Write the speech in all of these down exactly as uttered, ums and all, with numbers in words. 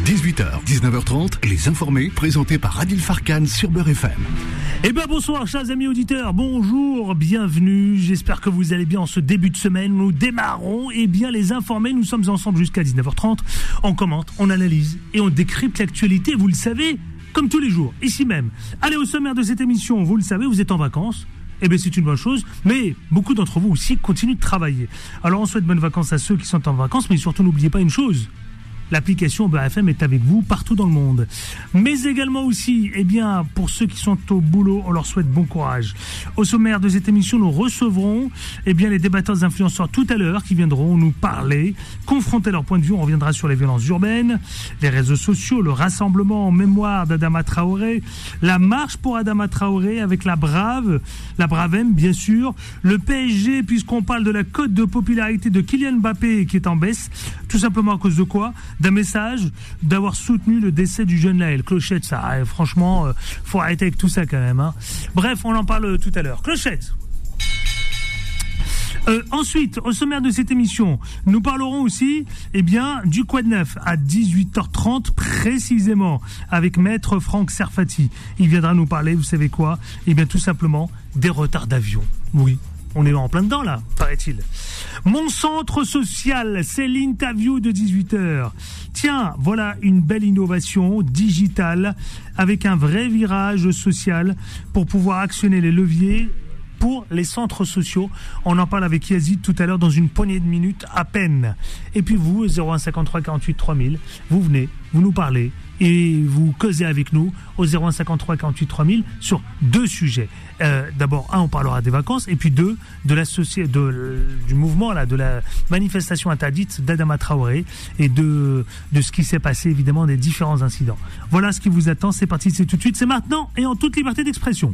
dix-huit heures, dix-neuf heures trente, Les Informés, présentés par Adil Farkan sur Beurre F M. Eh bien bonsoir chers amis auditeurs, bonjour, bienvenue, j'espère que vous allez bien en ce début de semaine. Nous démarrons, eh bien Les Informés, nous sommes ensemble jusqu'à dix-neuf heures trente, on commente, on analyse et on décrypte l'actualité, vous le savez, comme tous les jours, ici même. Allez, au sommaire de cette émission, vous le savez, vous êtes en vacances. Eh bien, c'est une bonne chose, mais beaucoup d'entre vous aussi continuent de travailler. Alors, on souhaite bonnes vacances à ceux qui sont en vacances, mais surtout, n'oubliez pas une chose. L'application Beurre F M est avec vous partout dans le monde. Mais également aussi, eh bien, pour ceux qui sont au boulot, on leur souhaite bon courage. Au sommaire de cette émission, nous recevrons, eh bien, les débatteurs influenceurs tout à l'heure qui viendront nous parler, confronter leur point de vue. On reviendra sur les violences urbaines, les réseaux sociaux, le rassemblement en mémoire d'Adama Traoré, la marche pour Adama Traoré avec la Brave, la Bravem, bien sûr, le P S G, puisqu'on parle de la cote de popularité de Kylian Mbappé qui est en baisse, tout simplement à cause de quoi ? D'un message d'avoir soutenu le décès du jeune Laël. Clochette, ça, euh, franchement, euh, faut arrêter avec tout ça quand même. Hein. Bref, on en parle tout à l'heure. Clochette. Euh, ensuite, au sommaire de cette émission, nous parlerons aussi, eh bien, du Quoi de neuf à dix-huit heures trente précisément avec Maître Franck Serfati. Il viendra nous parler, vous savez quoi ? Eh bien, tout simplement des retards d'avion. Oui. On est en plein dedans, là, paraît-il. Mon centre social, c'est l'interview de dix-huit heures. Tiens, voilà une belle innovation digitale avec un vrai virage social pour pouvoir actionner les leviers pour les centres sociaux. On en parle avec Yazid tout à l'heure dans une poignée de minutes à peine. Et puis vous, zéro un cinquante-trois quarante-huit trois mille, vous venez, vous nous parlez et vous causez avec nous au zéro un cinquante-trois quarante-huit trois mille sur deux sujets. Euh, d'abord, un, on parlera des vacances, et puis deux, de la soci- de, du mouvement, là, de la manifestation interdite d'Adama Traoré et de, de ce qui s'est passé, évidemment, des différents incidents. Voilà ce qui vous attend, c'est parti, c'est tout de suite, c'est maintenant et en toute liberté d'expression.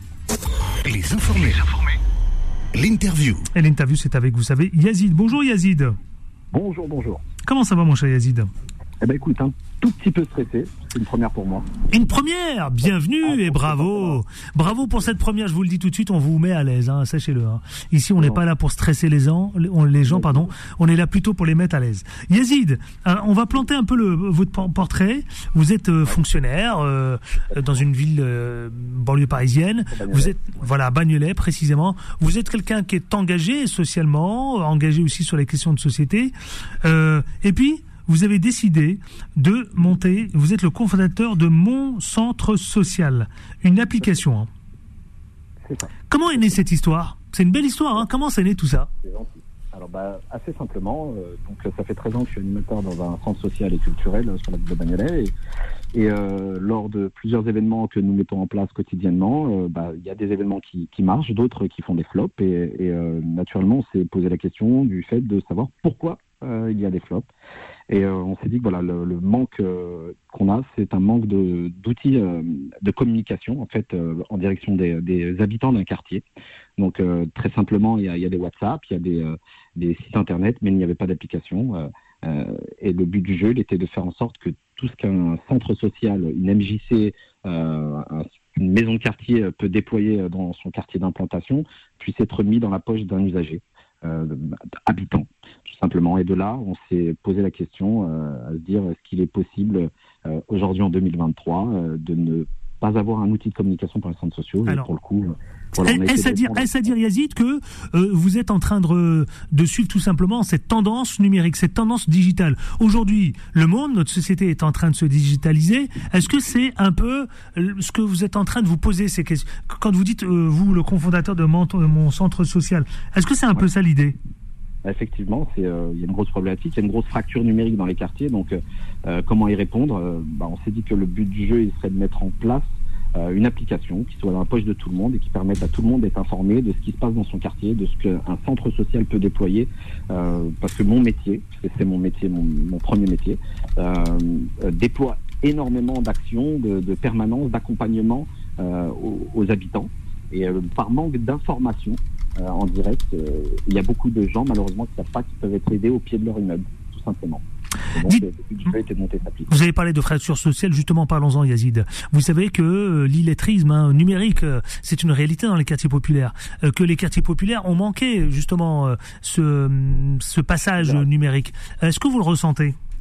Les Informés. Les Informés. L'interview. Et l'interview, c'est avec, vous savez, Yazid. Bonjour Yazid. Bonjour, bonjour. Comment ça va, mon cher Yazid ? Eh ben écoute, un tout petit peu stressé, c'est une première pour moi. Une première, bienvenue ah, et bravo. Bravo pour cette première, je vous le dis tout de suite, on vous met à l'aise, hein, sachez-le. Hein. Ici, on n'est pas là pour stresser les gens, les gens, pardon, on est là plutôt pour les mettre à l'aise. Yazid, euh, on va planter un peu le, votre portrait. Vous êtes euh, fonctionnaire euh, dans une ville euh, banlieue parisienne. Vous êtes, voilà, à Bagnolet précisément. Vous êtes quelqu'un qui est engagé socialement, engagé aussi sur les questions de société. Euh, et puis, vous avez décidé de monter, vous êtes le cofondateur de Mon Centre Social, une application. Hein. C'est ça. Comment est née cette histoire ? C'est une belle histoire, hein ? Comment c'est né tout ça ? C'est gentil. Alors, bah, assez simplement, euh, donc ça fait treize ans que je suis animateur dans un centre social et culturel euh, sur la ville de Bagnolet. Et, et euh, lors de plusieurs événements que nous mettons en place quotidiennement, euh, bah, il y a des événements qui, qui marchent, d'autres qui font des flops. Et, et euh, naturellement, on s'est posé la question du fait de savoir pourquoi euh, il y a des flops. Et euh, on s'est dit que voilà, le, le manque euh, qu'on a, c'est un manque de, d'outils euh, de communication en fait euh, en direction des, des habitants d'un quartier. Donc euh, très simplement, il y a, il y a des WhatsApp, il y a des, euh, des sites internet, mais il n'y avait pas d'application. Euh, euh, et le but du jeu, il était de faire en sorte que tout ce qu'un centre social, une M J C, euh, un, une maison de quartier peut déployer dans son quartier d'implantation, puisse être mis dans la poche d'un usager. Euh, habitants, tout simplement. Et de là, on s'est posé la question euh, à se dire, est-ce qu'il est possible, euh, aujourd'hui en deux mille vingt-trois, euh, de ne pas avoir un outil de communication pour les centres sociaux. Alors, et pour le coup, voilà, on a est-ce, été à dire, est-ce à dire, Yazid, que euh, vous êtes en train de, de suivre tout simplement cette tendance numérique, cette tendance digitale. Aujourd'hui, le monde, notre société est en train de se digitaliser. Est-ce que c'est un peu ce que vous êtes en train de vous poser ces questions ? Quand vous dites, euh, vous, le cofondateur de mon, de mon centre social, est-ce que c'est un ouais. peu ça l'idée ? Effectivement, c'est, euh, il y a une grosse problématique, il y a une grosse fracture numérique dans les quartiers, donc euh, comment y répondre ? euh, bah, On s'est dit que le but du jeu, il serait de mettre en place euh, une application qui soit dans la poche de tout le monde et qui permette à tout le monde d'être informé de ce qui se passe dans son quartier, de ce qu'un centre social peut déployer, euh, parce que mon métier, parce que c'est mon métier, mon, mon premier métier, euh, euh, déploie énormément d'actions, de, de permanence, d'accompagnement euh, aux, aux habitants, et euh, par manque d'informations, Euh, en direct, euh, il y a beaucoup de gens malheureusement qui ne savent pas qu'ils peuvent être aidés au pied de leur immeuble, tout simplement. Donc, Dites, euh, de monter vous avez parlé de fracture sociale, justement, parlons-en, Yazid. Vous savez que euh, l'illettrisme hein, numérique, euh, c'est une réalité dans les quartiers populaires, euh, que les quartiers populaires ont manqué justement euh, ce, ce passage ouais. numérique. Est-ce que vous le ressentez ?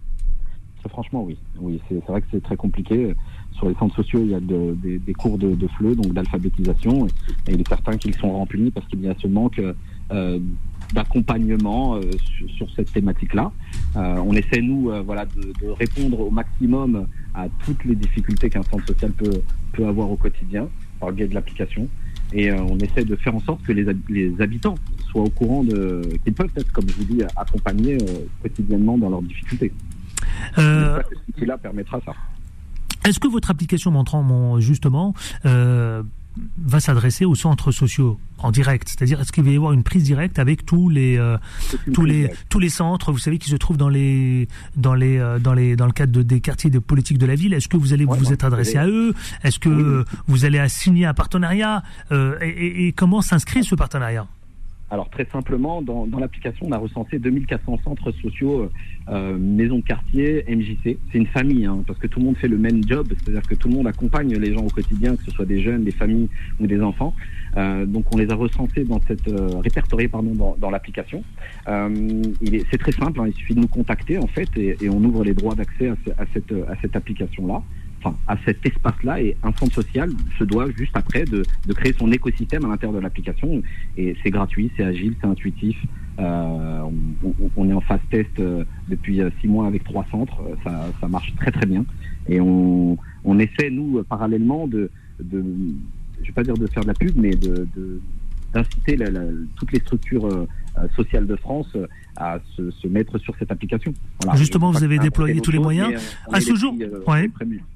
Très franchement, oui. Oui, c'est, c'est vrai que c'est très compliqué. Sur les centres sociaux, il y a de, des, des cours de, de F L E, donc d'alphabétisation, et, et il est certain qu'ils sont remplis parce qu'il y a ce manque euh, d'accompagnement euh, sur, sur cette thématique-là. Euh, on essaie, nous, euh, voilà, de, de répondre au maximum à toutes les difficultés qu'un centre social peut, peut avoir au quotidien par le biais de l'application. Et euh, on essaie de faire en sorte que les, les habitants soient au courant de qu'ils peuvent être, comme je vous dis, accompagnés euh, quotidiennement dans leurs difficultés. Euh... Ce qui là permettra ça. Est-ce que votre application Montrant, justement, euh, va s'adresser aux centres sociaux en direct? C'est-à-dire, est-ce qu'il va y avoir une prise directe avec tous les euh, tous les directe. tous les centres, vous savez, qui se trouvent dans les dans les euh, dans les dans le cadre de, des quartiers de politique de la ville? Est-ce que vous allez ouais, vous ouais, être adressé à eux? Est-ce que oui, oui. vous allez signer un partenariat euh, et, et, et comment s'inscrit ce partenariat? Alors très simplement, dans, dans l'application, on a recensé deux mille quatre cents centres sociaux, euh, maisons de quartier, M J C. C'est une famille, hein, parce que tout le monde fait le même job, c'est-à-dire que tout le monde accompagne les gens au quotidien, que ce soit des jeunes, des familles ou des enfants. Euh, donc on les a recensés dans cette euh, répertoriés pardon dans, dans l'application. Euh, il est, c'est très simple, hein, il suffit de nous contacter en fait, et, et on ouvre les droits d'accès à, ce, à cette à cette application-là. Enfin, à cet espace-là, et un centre social se doit juste après de, de créer son écosystème à l'intérieur de l'application, et c'est gratuit, c'est agile, c'est intuitif. Euh, on, on est en phase test euh, depuis six mois avec trois centres, ça, ça marche très très bien, et on, on essaie nous parallèlement de, de, je vais pas dire de faire de la pub, mais de, de d'inciter la, la, toutes les structures euh, sociales de France euh, à se, se mettre sur cette application. Voilà. Justement, vous avez déployé tous les moyens. Mais, euh, à ce jour, euh, ouais.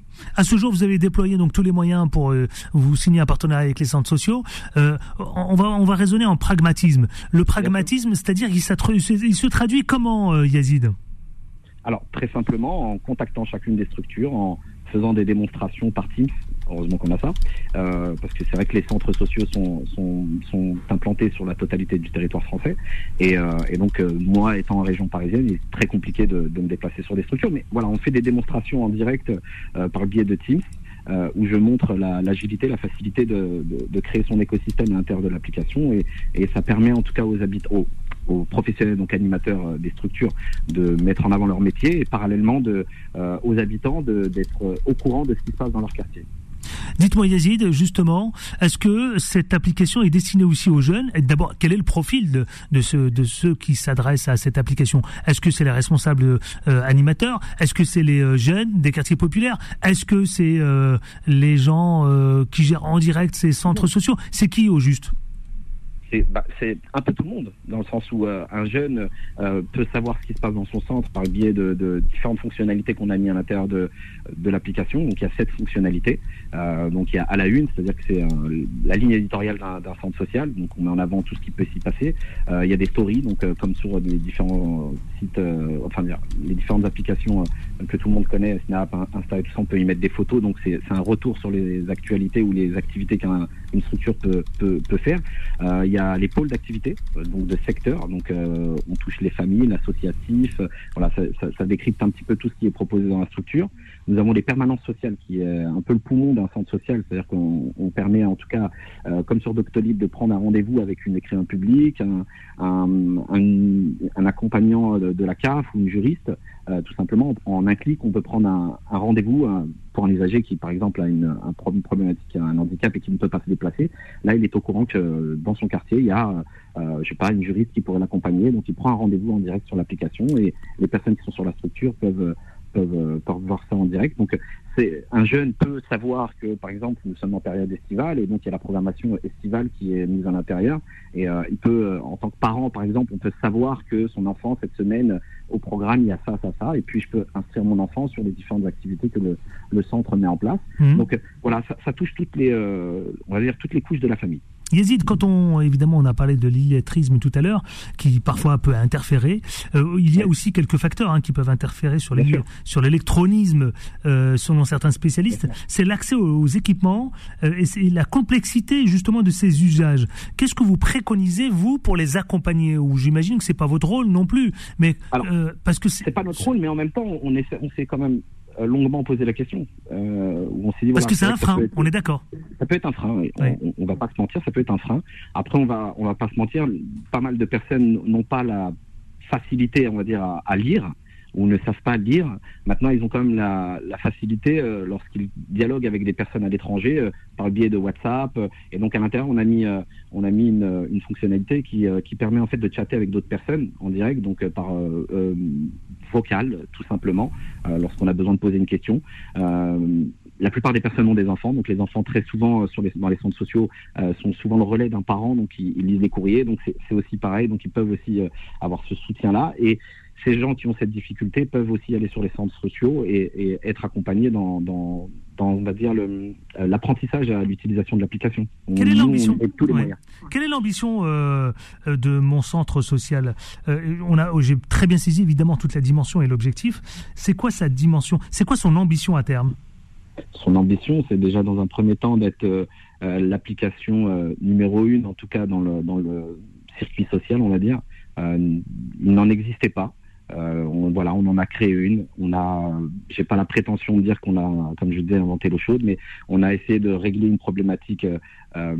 À ce jour, vous avez déployé donc tous les moyens pour euh, vous signer un partenariat avec les centres sociaux. Euh, on va on va raisonner en pragmatisme. Le pragmatisme, c'est-à-dire qu'il il se traduit comment, euh, Yazid? Alors très simplement en contactant chacune des structures, en faisant des démonstrations par Teams. Heureusement qu'on a ça, euh, parce que c'est vrai que les centres sociaux sont, sont, sont implantés sur la totalité du territoire français, et, euh, et donc euh, moi étant en région parisienne, il est très compliqué de, de me déplacer sur des structures, mais voilà, on fait des démonstrations en direct euh, par le biais de Teams, euh, où je montre la, l'agilité, la facilité de, de, de créer son écosystème à l'intérieur de l'application, et, et ça permet en tout cas aux habitants, aux, aux professionnels, donc animateurs euh, des structures, de mettre en avant leur métier, et parallèlement de, euh, aux habitants de, d'être euh, au courant de ce qui se passe dans leur quartier. Dites-moi Yazid, justement, est-ce que cette application est destinée aussi aux jeunes? Et d'abord, quel est le profil de, de, ce, de ceux qui s'adressent à cette application? Est-ce que c'est les responsables euh, animateurs? Est-ce que c'est les euh, jeunes des quartiers populaires? Est-ce que c'est euh, les gens euh, qui gèrent en direct ces centres sociaux? C'est qui au juste? C'est, bah, c'est un peu tout le monde, dans le sens où euh, un jeune euh, peut savoir ce qui se passe dans son centre par le biais de, de différentes fonctionnalités qu'on a mis à l'intérieur de, de l'application. Donc il y a sept fonctionnalités. Euh, donc il y a à la une, c'est-à-dire que c'est euh, la ligne éditoriale d'un, d'un centre social. Donc on met en avant tout ce qui peut s'y passer. Euh, il y a des stories, donc euh, comme sur les différents sites, euh, enfin les différentes applications euh, que tout le monde connaît, Snap, Insta et tout ça, on peut y mettre des photos. Donc c'est, c'est un retour sur les actualités ou les activités qu'une structure peut, peut, peut faire. Euh, il y a les pôles d'activité, donc de secteurs, donc euh, on touche les familles, l'associatif, euh, voilà, ça, ça, ça décrypte un petit peu tout ce qui est proposé dans la structure. Nous avons les permanences sociales, qui est un peu le poumon d'un centre social, c'est-à-dire qu'on on permet en tout cas, euh, comme sur Doctolib, de prendre un rendez-vous avec une écrivain public, un, un, un, un accompagnant de, de la C A F ou une juriste, euh, tout simplement, en un clic, on peut prendre un, un rendez-vous un, pour un usager qui, par exemple, a une, un problème problématique, un handicap et qui ne peut pas se déplacer. Là, il est au courant que dans son quartier, il y a, euh, je sais pas, une juriste qui pourrait l'accompagner. Donc, il prend un rendez-vous en direct sur l'application et les personnes qui sont sur la structure peuvent, peuvent, peuvent voir ça en direct. Donc, c'est, un jeune peut savoir que, par exemple, nous sommes en période estivale et donc il y a la programmation estivale qui est mise à l'intérieur. Et euh, il peut, en tant que parent, par exemple, on peut savoir que son enfant, cette semaine, au programme, il y a ça, ça, ça. Et puis, je peux inscrire mon enfant sur les différentes activités que le, le centre met en place. Mmh. Donc, voilà, ça, ça touche toutes les, euh, on va dire, toutes les couches de la famille. Yazid, quand on, évidemment, on a parlé de l'illettrisme tout à l'heure, qui parfois peut interférer, euh, il y a aussi quelques facteurs hein, qui peuvent interférer sur, les, sur l'électronisme, euh, selon certains spécialistes. C'est l'accès aux, aux équipements euh, et c'est la complexité, justement, de ces usages. Qu'est-ce que vous préconisez, vous, pour les accompagner? Ou j'imagine que c'est pas votre rôle non plus, mais Alors, euh, parce que c'est... c'est pas notre rôle, mais en même temps, on essaie, on s'est quand même longuement posé la question. Euh, où on s'est dit, Parce voilà, que c'est un frein, être, on est d'accord. Ça peut être un frein, oui. Ouais. on, on va pas se mentir, ça peut être un frein. Après, on va, on va pas se mentir, pas mal de personnes n'ont pas la facilité, on va dire, à, à lire. ou ne savent pas lire. Maintenant, ils ont quand même la, la facilité, euh, lorsqu'ils dialoguent avec des personnes à l'étranger, euh, par le biais de WhatsApp. Euh, et donc, à l'intérieur, on a mis, euh, on a mis une, une fonctionnalité qui, euh, qui permet en fait de chatter avec d'autres personnes en direct, donc euh, par euh, euh, vocal, tout simplement, euh, lorsqu'on a besoin de poser une question. Euh, La plupart des personnes ont des enfants, donc les enfants très souvent euh, sur les, dans les centres sociaux euh, sont souvent le relais d'un parent, donc ils, ils lisent les courriers, donc c'est, c'est aussi pareil, donc ils peuvent aussi euh, avoir ce soutien-là. Et ces gens qui ont cette difficulté peuvent aussi aller sur les centres sociaux et, et être accompagnés dans, dans, dans, on va dire, le, euh, l'apprentissage à l'utilisation de l'application. Quelle est l'ambition ? On, on tous les ouais. moyens. Quelle est l'ambition euh, de mon centre social ? euh, on a, oh, j'ai très bien saisi évidemment toute la dimension et l'objectif. C'est quoi sa dimension ? C'est quoi son ambition à terme ? Son ambition, c'est déjà dans un premier temps d'être euh, euh, l'application euh, numéro une, en tout cas dans le, dans le circuit social, on va dire. Euh, il n'en existait pas. Euh, on, voilà, on en a créé une. On a, j'ai pas la prétention de dire qu'on a, comme je disais, inventé l'eau chaude, mais on a essayé de régler une problématique euh, euh,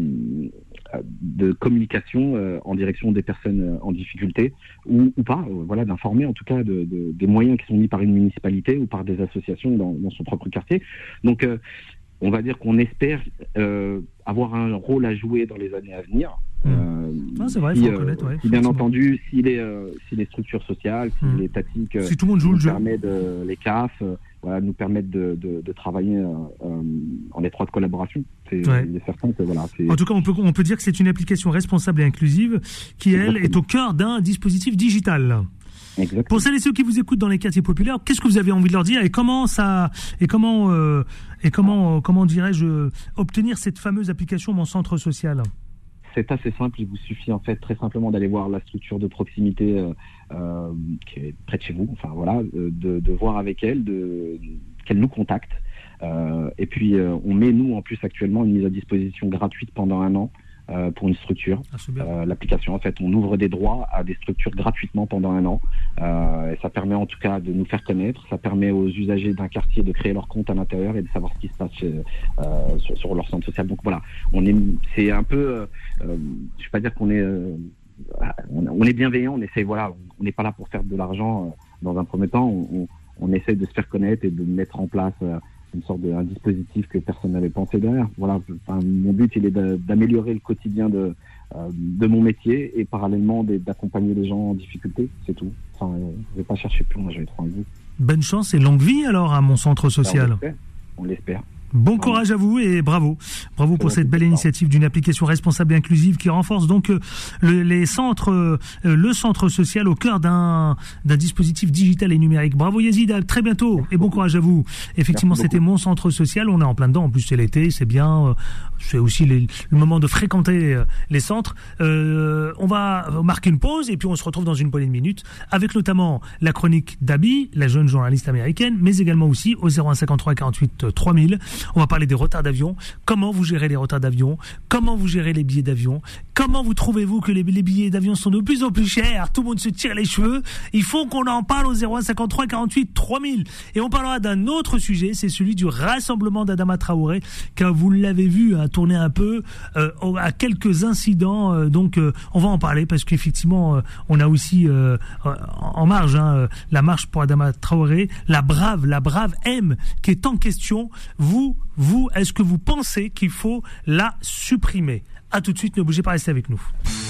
de communication euh, en direction des personnes euh, en difficulté, ou, ou pas. Euh, voilà, d'informer en tout cas de, de, des moyens qui sont mis par une municipalité ou par des associations dans, dans son propre quartier. Donc, euh, on va dire qu'on espère euh, avoir un rôle à jouer dans les années à venir. Euh, ah, c'est vrai, si, faut euh, reconnaître, ouais, si bien entendu, si les, euh, si les structures sociales, si mmh. les tatiques, si tout le monde joue le jeu, de, les C A F, euh, voilà, nous permettent de, de, de travailler euh, euh, en étroite collaboration. C'est, ouais. il est certain que voilà. C'est... En tout cas, on peut on peut dire que c'est une application responsable et inclusive qui elle Exactement. Est au cœur d'un dispositif digital. Exactement. Pour celles et ceux qui vous écoutent dans les quartiers populaires, qu'est-ce que vous avez envie de leur dire et comment ça et comment euh, et comment euh, comment dirais-je obtenir cette fameuse application Mon Centre Social ? C'est assez simple, il vous suffit en fait très simplement d'aller voir la structure de proximité euh, euh, qui est près de chez vous, enfin voilà, de, de voir avec elle, de, qu'elle nous contacte. Euh, et puis euh, on met nous en plus actuellement une mise à disposition gratuite pendant un an euh, pour une structure. Ah, euh, l'application en fait, on ouvre des droits à des structures gratuitement pendant un an. Euh, et ça permet en tout cas de nous faire connaître, ça permet aux usagers d'un quartier de créer leur compte à l'intérieur et de savoir ce qui se passe chez, euh, sur, sur leur centre social. Donc voilà, on est, c'est un peu, euh, euh, je vais pas dire qu'on est, euh, on est bienveillant, on essaie, voilà, on n'est pas là pour faire de l'argent euh, dans un premier temps, on, on, on essaie de se faire connaître et de mettre en place euh, une sorte de un dispositif que personne n'avait pensé derrière. Voilà, enfin, mon but il est de, d'améliorer le quotidien de euh, de mon métier et parallèlement d'accompagner les gens en difficulté, c'est tout. Enfin, euh, je vais pas chercher plus loin, j'avais trop envie. Bonne chance et longue vie alors à Mon Centre Social. Ben, on l'espère. On l'espère. Bon courage à vous et bravo. Bravo pour cette belle initiative d'une application responsable et inclusive qui renforce donc euh, le, les centres, euh, le centre social au cœur d'un, d'un dispositif digital et numérique. Bravo Yazid, à très bientôt et bon courage à vous. Effectivement, c'était Mon Centre Social, on est en plein dedans, en plus c'est l'été, c'est bien, euh, c'est aussi les, le moment de fréquenter euh, les centres. Euh, on va marquer une pause et puis on se retrouve dans une poignée de minutes avec notamment la chronique d'Abby, la jeune journaliste américaine, mais également aussi au zéro un cinquante-trois quarante-huit trois mille. On va parler des retards d'avion, comment vous gérez les retards d'avion, comment vous gérez les billets d'avion, comment vous trouvez-vous que les, les billets d'avion sont de plus en plus chers, tout le monde se tire les cheveux, il faut qu'on en parle au zéro un cinquante-trois quarante-huit trois mille. Et on parlera d'un autre sujet, c'est celui du rassemblement d'Adama Traoré, car vous l'avez vu hein, tourner un peu euh, à quelques incidents, euh, donc euh, on va en parler parce qu'effectivement euh, on a aussi euh, en marge hein, la marche pour Adama Traoré, la brave, la brave M qui est en question. Vous Vous, est-ce que vous pensez qu'il faut la supprimer ? A tout de suite, ne bougez pas, restez avec nous.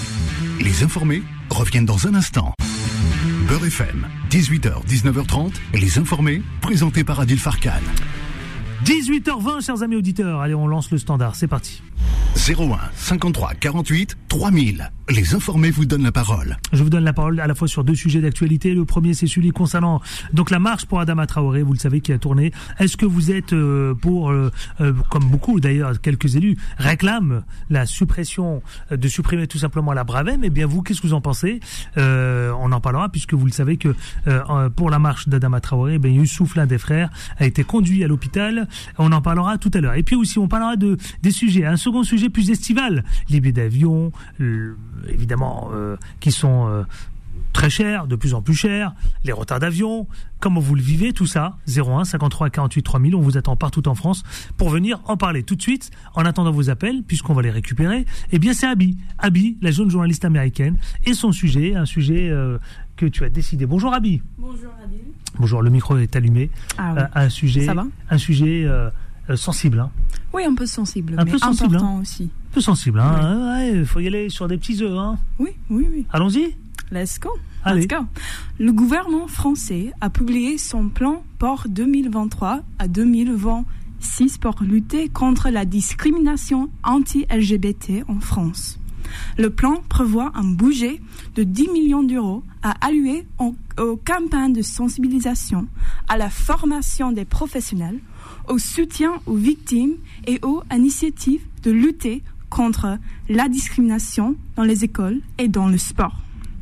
Les informés reviennent dans un instant. Beurre F M, dix-huit heures dix-neuf heures trente, les informés, présentés par Adil Farkan. dix-huit heures vingt, chers amis auditeurs. Allez, on lance le standard, c'est parti. zéro un cinquante-trois quarante-huit trois mille. Les informés vous donnent la parole. Je vous donne la parole à la fois sur deux sujets d'actualité. Le premier, c'est celui concernant donc la marche pour Adama Traoré, vous le savez, qui a tourné. Est-ce que vous êtes euh, pour, euh, euh, comme beaucoup d'ailleurs, quelques élus réclament la suppression, euh, de supprimer tout simplement la Bravem ? Eh bien, vous, qu'est-ce que vous en pensez ? euh, On en parlera puisque vous le savez que euh, pour la marche d'Adama Traoré, ben, Youssouf, l'un des frères, a été conduit à l'hôpital. On en parlera tout à l'heure. Et puis aussi, on parlera de des sujets. Un second sujet plus estival, les billets d'avion, le, évidemment, euh, qui sont euh, très chers, de plus en plus chers, les retards d'avion, comment vous le vivez, tout ça, zéro un cinquante-trois quarante-huit trois mille, on vous attend partout en France pour venir en parler tout de suite, en attendant vos appels, puisqu'on va les récupérer. Eh bien, c'est Abby, Abby, la jeune journaliste américaine, et son sujet, un sujet... Euh, que tu as décidé. Bonjour Abby. Bonjour Adil. Bonjour, le micro est allumé. Ah oui. Euh, un sujet, Ça va un sujet euh, euh, sensible. Hein. Oui, un peu sensible, Un mais peu sensible, important hein. aussi. Un peu sensible. Il hein. ouais. ouais, faut y aller sur des petits œufs. Hein. Oui, oui, oui. Allons-y. Let's go. Allez. Let's go. Le gouvernement français a publié son plan pour deux mille vingt-trois à deux mille vingt-six pour lutter contre la discrimination anti-L G B T en France. Le plan prévoit un budget de dix millions d'euros à allouer en- aux campagnes de sensibilisation, à la formation des professionnels, au soutien aux victimes et aux initiatives de lutter contre la discrimination dans les écoles et dans le sport.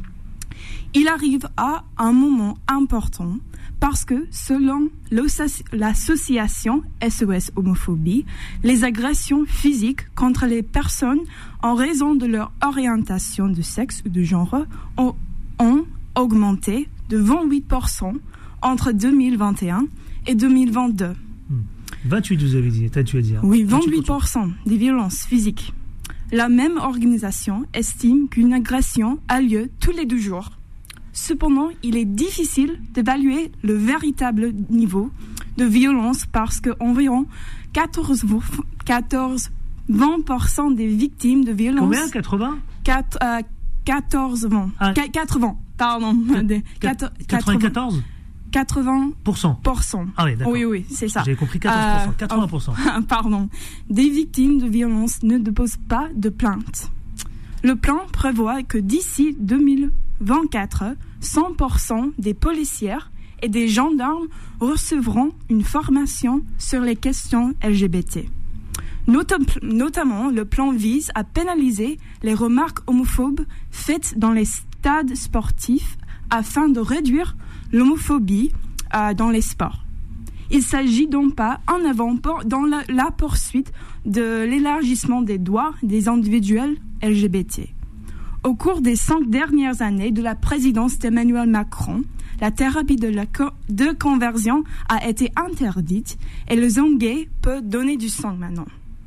Il arrive à un moment important parce que, selon l'association S O S Homophobie, les agressions physiques contre les personnes en raison de leur orientation de sexe ou de genre ont, ont augmenté de vingt-huit pour cent entre deux mille vingt et un et deux mille vingt-deux. vingt-huit, vous avez dit. T'as, tu as dit. Hein. Oui, vingt-huit pour cent des violences physiques. La même organisation estime qu'une agression a lieu tous les deux jours. Cependant, il est difficile d'évaluer le véritable niveau de violence parce qu'environ quatorze, quatorze, vingt pour cent des victimes de violences... Combien quatre-vingts quatre, euh, quatorze, vingt. Ah. Qu- quatre-vingts, pardon. Des- quator- quatre-vingt-quatorze quatre-vingts pour cent. pour cent. Ah oui, d'accord. Oui, oui, c'est ça. J'avais compris quatorze pour cent. Euh, quatre-vingts pour cent. oh, pardon. Des victimes de violences ne déposent pas de plainte. Le plan prévoit que d'ici deux mille vingt-quatre, cent pour cent des policières et des gendarmes recevront une formation sur les questions L G B T. Notam- notamment, le plan vise à pénaliser les remarques homophobes faites dans les stades sportifs afin de réduire l'homophobie euh, dans les sports. Il s'agit donc pas en avant pour- dans la, la poursuite de l'élargissement des droits des individuels L G B T. Au cours des cinq dernières années de la présidence d'Emmanuel Macron, la thérapie de, la co- de conversion a été interdite et les hommes gays peuvent donner du sang maintenant.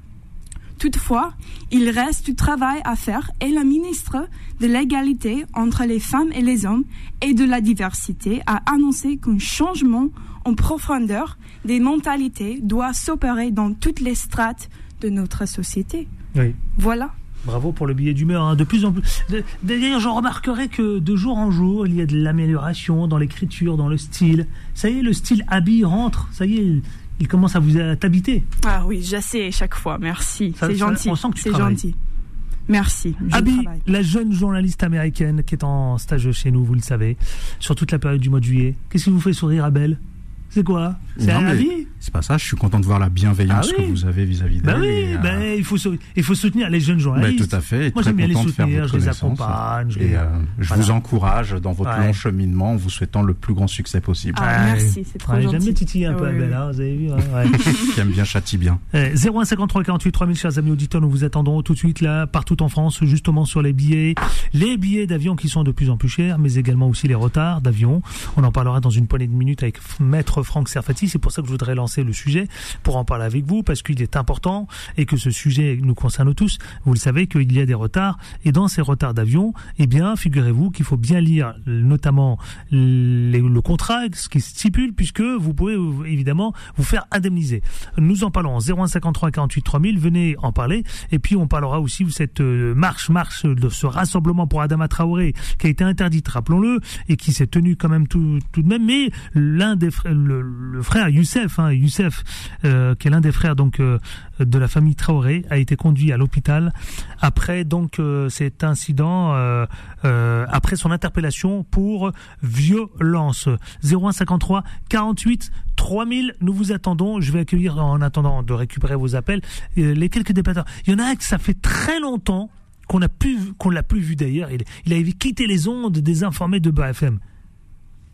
Toutefois, il reste du travail à faire et la ministre de l'égalité entre les femmes et les hommes et de la diversité a annoncé qu'un changement en profondeur des mentalités doit s'opérer dans toutes les strates de notre société. Oui. Voilà. Bravo pour le billet d'humeur. Hein. De plus en plus. de- D'ailleurs, je remarquerai que de jour en jour, il y a de l'amélioration dans l'écriture, dans le style. Ça y est, le style Abby rentre. Ça y est, il, il commence à vous à t'habiter. Ah oui, j'essaie chaque fois. Merci. Ça- C'est ça- gentil. on sent que tu C'est travailles. gentil. Merci. Je Abby, travaille. la jeune journaliste américaine qui est en stage chez nous, vous le savez, sur toute la période du mois de juillet. Qu'est-ce qui vous fait sourire, Abel? C'est quoi? C'est Non, un mais Abby? c'est pas ça, je suis content de voir la bienveillance Ah oui. que vous avez vis-à-vis d'elle. Bah oui, et, euh, bah, il, faut, sou- il faut soutenir les jeunes bah, journalistes. tout à fait. Et Moi, très j'aime bien les content de faire soutenir, votre je les connaissance. accompagne. Je, Et les- euh, je voilà. vous encourage dans votre Ouais. long cheminement en vous souhaitant le plus grand succès possible. Ah, Ouais. merci, c'est trop Ouais, gentil. J'aime bien titiller un peu Oui, Abel, oui. hein, vous avez vu. Hein, ouais. Qui aime bien châtie bien. Euh, zéro un cinquante-trois quarante-huit trois mille, chers amis auditeurs, nous vous attendons tout de suite là, partout en France, justement sur les billets, les billets d'avion qui sont de plus en plus chers, mais également aussi les retards d'avion. On en parlera dans une poignée de minutes avec F- Maître Franck Serfati. C'est pour ça que je voudrais lancer le sujet, pour en parler avec vous, parce qu'il est important et que ce sujet nous concerne tous. Vous le savez qu'il y a des retards, et dans ces retards d'avion, eh bien, figurez-vous qu'il faut bien lire notamment les- le contrat, ce qui stipule, puisque vous pouvez euh, évidemment vous faire indemniser. Nous en parlons en zéro un cinquante-trois quarante-huit trois mille, venez en parler, et puis on parlera aussi de cette euh, marche, marche de ce rassemblement pour Adama Traoré, qui a été interdite, rappelons-le, et qui s'est tenu quand même tout, tout de même, mais l'un des frères, le, le frère Youssef, hein, Youssef, euh, qui est l'un des frères donc euh, de la famille Traoré, a été conduit à l'hôpital après donc euh, cet incident, euh, euh, après son interpellation pour violence. zéro un cinquante-trois quarante-huit trois mille, nous vous attendons. Je vais accueillir, en attendant de récupérer vos appels, euh, les quelques débatteurs. Il y en a un que ça fait très longtemps qu'on n'a plus, qu'on l'a plus vu d'ailleurs. Il, il avait quitté les ondes désinformées de B A F M.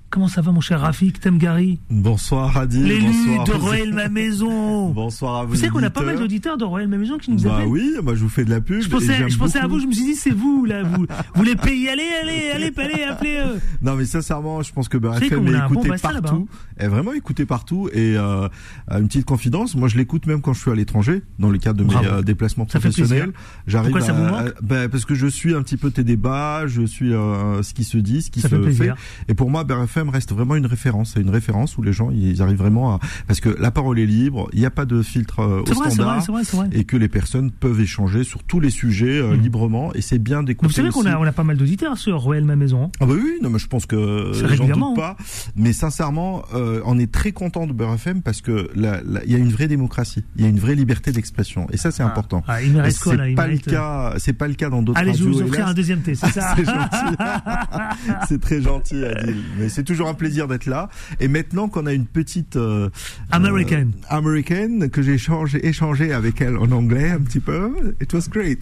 Comment ça va, mon cher Rafik Temgari? Bonsoir Adil. L'élu bonsoir. de Royal Ma Maison. Bonsoir à vous. Vous savez qu'on a auditeurs. pas mal d'auditeurs de Royal Ma Maison qui nous bah appellent. oui, moi je vous fais de la pub. Je pensais, je pensais à beaucoup. vous, je me suis dit, c'est vous, là, vous, vous les payez, allez, allez, allez, allez, appelez eux. Non, mais sincèrement, je pense que B R F qu'on M a est un bon écouté bassin, là-bas, partout. Est vraiment écouté partout. Et euh, une petite confidence, moi je l'écoute même quand je suis à l'étranger, dans le cadre de Bravo. mes euh, déplacements Ça fait professionnels. J'arrive Pourquoi ça vous à, manque à- bah, parce que je suis un petit peu tes débats, je suis euh, ce qui se dit, ce qui Ça se fait fait. plaisir. Et pour moi, B R F M reste vraiment une référence. C'est une référence où les gens ils arrivent vraiment à, parce que la parole est libre, il n'y a pas de filtre euh, C'est au vrai, c'est standard. vrai, c'est vrai, c'est vrai. Et que les personnes peuvent échanger sur tous les sujets euh, Mmh. librement, et c'est bien d'écouter. Vous savez qu'on aussi. a, on a pas mal d'auditeurs sur Royal Ma Maison. Hein. Ah bah oui, non mais je pense que C'est j'en régulièrement, doute pas. Mais sincèrement, euh, on est très content de B R F M parce que la- la- il y a une vraie démocratie, il y a une vraie liberté d'expression, et ça c'est important. Ah, il me Et reste quoi, là? Il me pas le reste- cas, c'est pas le cas dans d'autres Allez, je vais radios. vous offrir hélas. un deuxième thé, c'est ça? C'est gentil. C'est très gentil, Adil. Mais c'est toujours un plaisir d'être là. Et maintenant qu'on a une petite euh, American. euh, American que j'ai échangé, échangé avec elle en anglais un petit peu, it was great.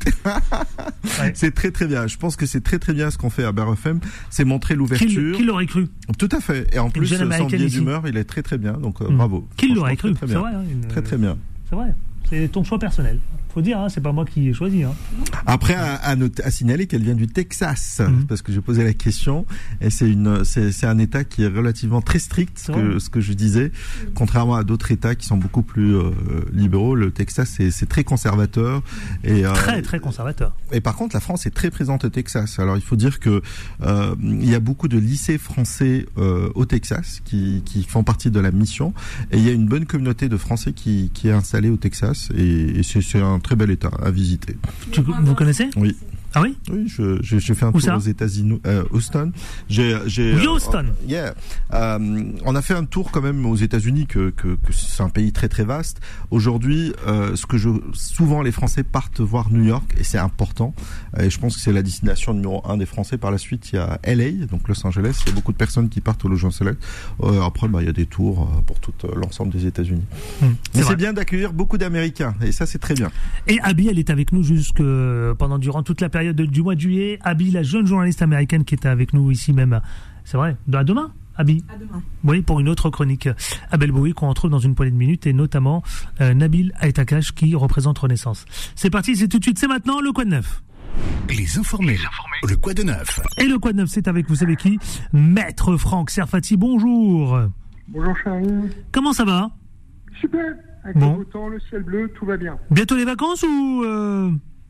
Ouais. C'est très très bien. Je pense que c'est très très bien ce qu'on fait à B R F M. C'est montrer Qui, l'ouverture. qui l'aurait cru? Tout à fait. Et en plus, jeune son Américaine biais ici. d'humeur, il est très très bien. Donc euh, Mmh. bravo. Qui Franchement, l'aurait cru? Très, très C'est bien. vrai. Hein, une- Très très bien. C'est vrai. C'est ton choix personnel. Faut dire, hein, c'est pas moi qui ai choisi. Hein. Après, à, à, noter- à signaler qu'elle vient du Texas, Mhm. parce que j'ai posé la question, et c'est une, c'est, c'est un État qui est relativement très strict, ce C'est que, vrai. ce que je disais, contrairement à d'autres États qui sont beaucoup plus euh, libéraux. Le Texas, c'est, c'est très conservateur, et euh, Très, très conservateur. et par contre, la France est très présente au Texas. Alors, il faut dire que euh, il y a beaucoup de lycées français euh, au Texas qui, qui font partie de la mission, et il y a une bonne communauté de Français qui, qui est installée au Texas, et, et c'est, c'est un très bel État à visiter. Tu, vous connaissez? Oui. Ah oui? Oui, je, je, j'ai fait un Où tour ça? aux États-Unis, euh, Houston. J'ai, j'ai, Houston. euh, yeah. Euh, on a fait un tour quand même aux États-Unis, que, que, que c'est un pays très très vaste. Aujourd'hui, euh, ce que je, souvent les Français partent voir New York, et c'est important. Et je pense que c'est la destination numéro un des Français. Par la suite, il y a L A, donc Los Angeles. Il y a beaucoup de personnes qui partent au Los Angeles. Euh, après, bah, il y a des tours euh, pour tout euh, l'ensemble des États-Unis. Hum, Mais vrai. c'est bien d'accueillir beaucoup d'Américains, et ça c'est très bien. Et Abby, elle est avec nous jusque pendant durant toute la période de- du mois de juillet. Abby, la jeune journaliste américaine qui était avec nous ici même. C'est vrai. À demain, Abby. À demain. Oui, pour une autre chronique. Abel Bowie qu'on retrouve dans une poignée de minutes, et notamment euh, Nabil Aitakash qui représente Renaissance. C'est parti, c'est tout de suite, c'est maintenant le Quoi de Neuf. Les informés. Le Quoi de Neuf. Et le Quoi de Neuf, c'est avec, vous savez qui? Maître Franck Serfati, bonjour. Bonjour Charlie. Comment ça va? Super. Avec Bon. le beau temps, le ciel bleu, tout va bien. Bientôt les vacances ou... euh,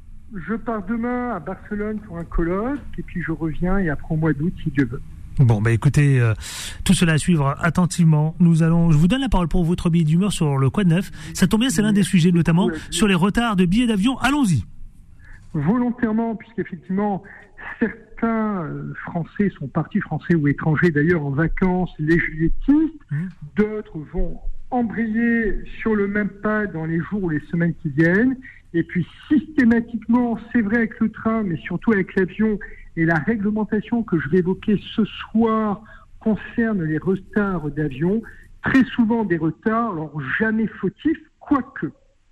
Je pars demain à Barcelone pour un colloque et puis je reviens et après au mois d'août si Dieu veut. Bon, bah écoutez, euh, tout cela à suivre attentivement. Nous allons, je vous donne la parole pour votre billet d'humeur sur le Quoi de Neuf. Ça tombe bien, c'est l'un des sujets, notamment sur les retards de billets d'avion. Allons-y. Volontairement, puisqu'effectivement certains euh, Français sont partis, Français ou étrangers d'ailleurs, en vacances législatistes. Mmh. D'autres vont embrayer sur le même pas dans les jours ou les semaines qui viennent. Et puis systématiquement, c'est vrai avec le train, mais surtout avec l'avion, et la réglementation que je vais évoquer ce soir concerne les retards d'avion. Très souvent des retards, alors jamais fautifs, quoique,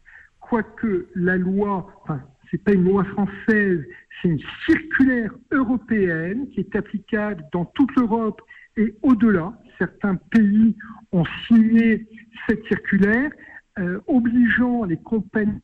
quoique la loi, enfin, c'est pas une loi française, c'est une circulaire européenne qui est applicable dans toute l'Europe et au-delà. Certains pays ont signé cette circulaire, euh, obligeant les compagnies.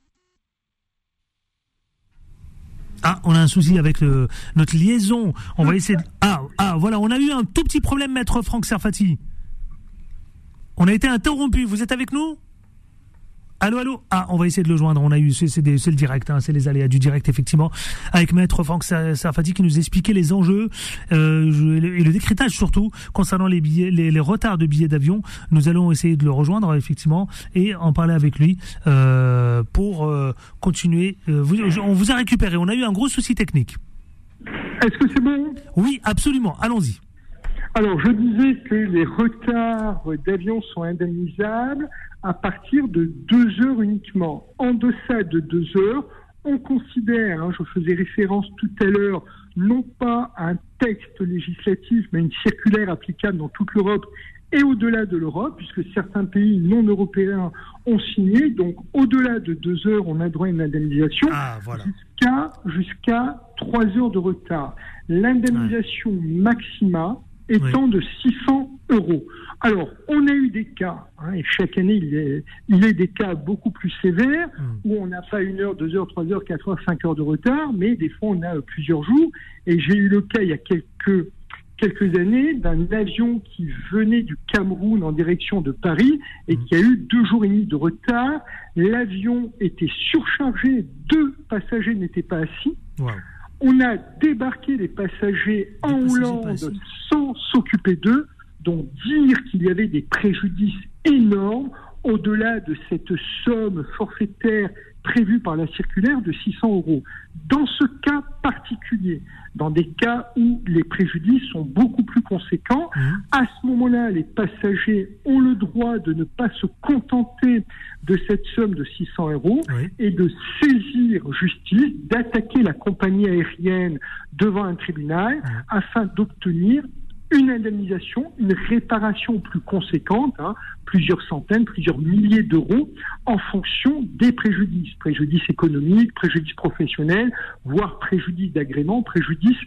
Ah, on a un souci avec le, notre liaison. On va essayer de... Ah, ah, voilà, on a eu un tout petit problème, Maître Franck Serfati. On a été interrompu. Vous êtes avec nous? Allô, allô. Ah, on va essayer de le joindre. On a eu, c'est, c'est, des, c'est le direct, hein, c'est les aléas du direct, effectivement, avec Maître Franck Serfati qui nous expliquait les enjeux euh, je, et, le, et le décryptage surtout concernant les billets, les, les retards de billets d'avion. Nous allons essayer de le rejoindre, effectivement, et en parler avec lui euh, pour euh, continuer. Euh, vous, on vous a récupéré. On a eu un gros souci technique. Est-ce que c'est bon? Oui, absolument. Allons-y. Alors, je disais que les retards d'avion sont indemnisables à partir de deux heures uniquement. En deçà de deux heures, on considère, hein, je faisais référence tout à l'heure, non pas à un texte législatif, mais une circulaire applicable dans toute l'Europe et au-delà de l'Europe, puisque certains pays non européens ont signé. Donc, au-delà de deux heures, on a droit à une indemnisation Ah, voilà. jusqu'à, jusqu'à trois heures de retard. L'indemnisation maxima étant oui. de six cents euros. Alors, on a eu des cas, hein, et chaque année, il est, il est des cas beaucoup plus sévères, mmh. où on n'a pas une heure, deux heures, trois heures, quatre heures, cinq heures de retard, mais des fois, on a euh, plusieurs jours. Et j'ai eu le cas, il y a quelques, quelques années, d'un avion qui venait du Cameroun en direction de Paris, et mmh. qui a eu deux jours et demi de retard. L'avion était surchargé, deux passagers n'étaient pas assis. Wow. On a débarqué les passagers en Hollande sans s'occuper d'eux. Donc dire qu'il y avait des préjudices énormes au-delà de cette somme forfaitaire prévue par la circulaire de six cents euros. Dans ce cas particulier, dans des cas où les préjudices sont beaucoup plus conséquents, mmh. à ce moment-là, les passagers ont le droit de ne pas se contenter de cette somme de six cents euros oui. et de saisir justice, d'attaquer la compagnie aérienne devant un tribunal mmh. afin d'obtenir une indemnisation, une réparation plus conséquente, hein, plusieurs centaines, plusieurs milliers d'euros, en fonction des préjudices, préjudices économiques, préjudices professionnels, voire préjudices d'agrément, préjudices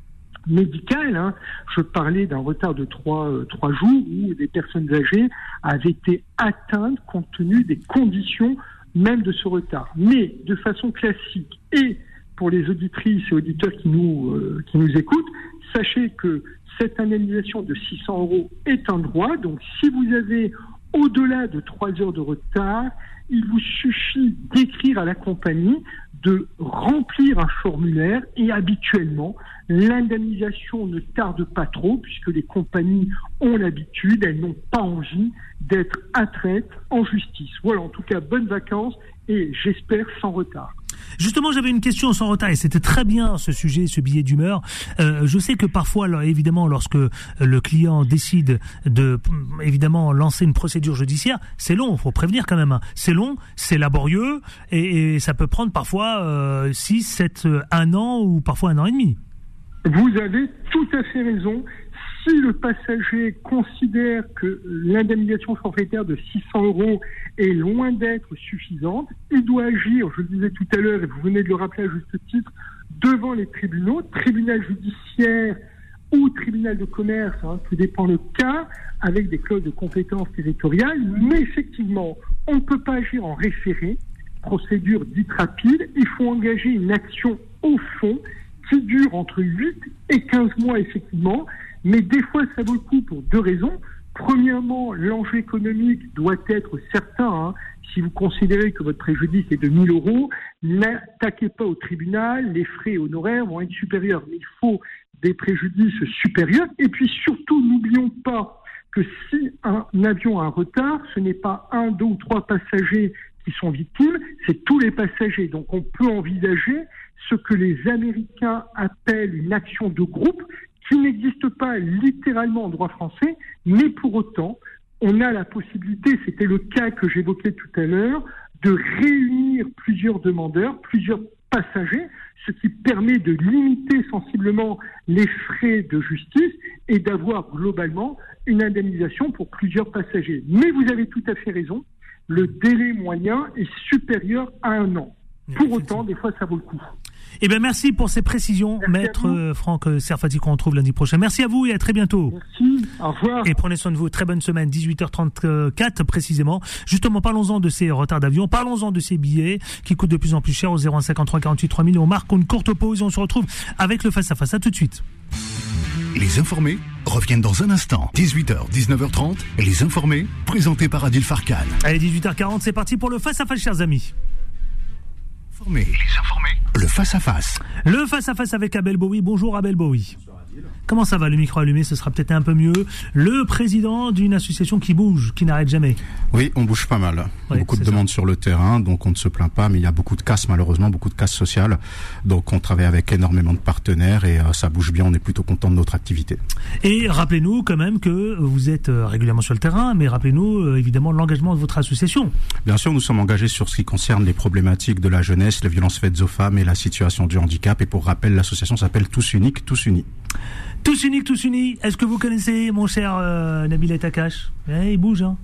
médical. Hein. Je parlais d'un retard de trois, euh, trois jours où des personnes âgées avaient été atteintes compte tenu des conditions même de ce retard. Mais de façon classique, et pour les auditrices et auditeurs qui nous, euh, qui nous écoutent, sachez que cette indemnisation de six cents euros est un droit. Donc si vous avez au-delà de trois heures de retard, il vous suffit d'écrire à la compagnie, de remplir un formulaire, et habituellement, l'indemnisation ne tarde pas trop puisque les compagnies ont l'habitude, elles n'ont pas envie d'être attraites en justice. Voilà, en tout cas, bonnes vacances et j'espère sans retard. Justement, j'avais une question sans retard et c'était très bien ce sujet, ce billet d'humeur. Euh, je sais que parfois, alors, évidemment, lorsque le client décide de, évidemment, lancer une procédure judiciaire, c'est long, il faut prévenir quand même. Hein. C'est long, c'est laborieux et, et ça peut prendre parfois euh, six, sept, un an ou parfois un an et demi. Vous avez tout à fait raison. Si le passager considère que l'indemnisation forfaitaire de six cents euros est loin d'être suffisante, il doit agir, je le disais tout à l'heure, et vous venez de le rappeler à juste titre, devant les tribunaux, tribunal judiciaire ou tribunal de commerce, hein, tout dépend le cas, avec des clauses de compétences territoriales, mais effectivement, on ne peut pas agir en référé, procédure dite rapide, il faut engager une action au fond qui dure entre huit et quinze mois, effectivement, mais des fois, ça vaut le coup pour deux raisons. Premièrement, l'enjeu économique doit être certain. Hein. Si vous considérez que votre préjudice est de mille euros, n'attaquez pas au tribunal, les frais honoraires vont être supérieurs. Mais il faut des préjudices supérieurs. Et puis surtout, n'oublions pas que si un avion a un retard, ce n'est pas un, deux ou trois passagers qui sont victimes, c'est tous les passagers. Donc on peut envisager ce que les Américains appellent une action de groupe, qui n'existe pas littéralement en droit français, mais pour autant, on a la possibilité, c'était le cas que j'évoquais tout à l'heure, de réunir plusieurs demandeurs, plusieurs passagers, ce qui permet de limiter sensiblement les frais de justice et d'avoir globalement une indemnisation pour plusieurs passagers. Mais vous avez tout à fait raison, le délai moyen est supérieur à un an. Pour autant, des fois, ça vaut le coup. Eh bien, merci pour ces précisions, merci Maître Franck Serfati, qu'on retrouve lundi prochain. Merci à vous et à très bientôt. Merci, au revoir. Et prenez soin de vous. Très bonne semaine, dix-huit heures trente-quatre précisément. Justement, parlons-en de ces retards d'avion, parlons-en de ces billets qui coûtent de plus en plus cher au zéro un cinquante-trois quarante-huit trois mille. On marque une courte pause et on se retrouve avec le face-à-face. À tout de suite. Les informés reviennent dans un instant. dix-huit heures, dix-neuf heures trente. Les informés, présentés par Adil Farkan. Allez, dix-huit heures quarante, c'est parti pour le face-à-face, chers amis. Les informés. Le face-à-face. Le face-à-face avec Abel Bowie. Bonjour Abel Bowie. Bonjour Adil. Comment ça va? Le micro allumé, ce sera peut-être un peu mieux. Le président d'une association qui bouge, qui n'arrête jamais. Oui, on bouge pas mal. Oui, beaucoup de ça. Demandes sur le terrain, donc on ne se plaint pas, mais il y a beaucoup de casse malheureusement, beaucoup de casse sociale. Donc on travaille avec énormément de partenaires et euh, ça bouge bien, on est plutôt content de notre activité. Et rappelez-nous quand même que vous êtes régulièrement sur le terrain, mais rappelez-nous euh, évidemment l'engagement de votre association. Bien sûr, nous sommes engagés sur ce qui concerne les problématiques de la jeunesse, les violences faites aux femmes et la situation du handicap. Et pour rappel, l'association s'appelle Tous Uniques, Tous Unis. Tous Uniques, Tous Unis. Est-ce que vous connaissez mon cher euh, Nabil Etakash? Eh, il bouge, hein.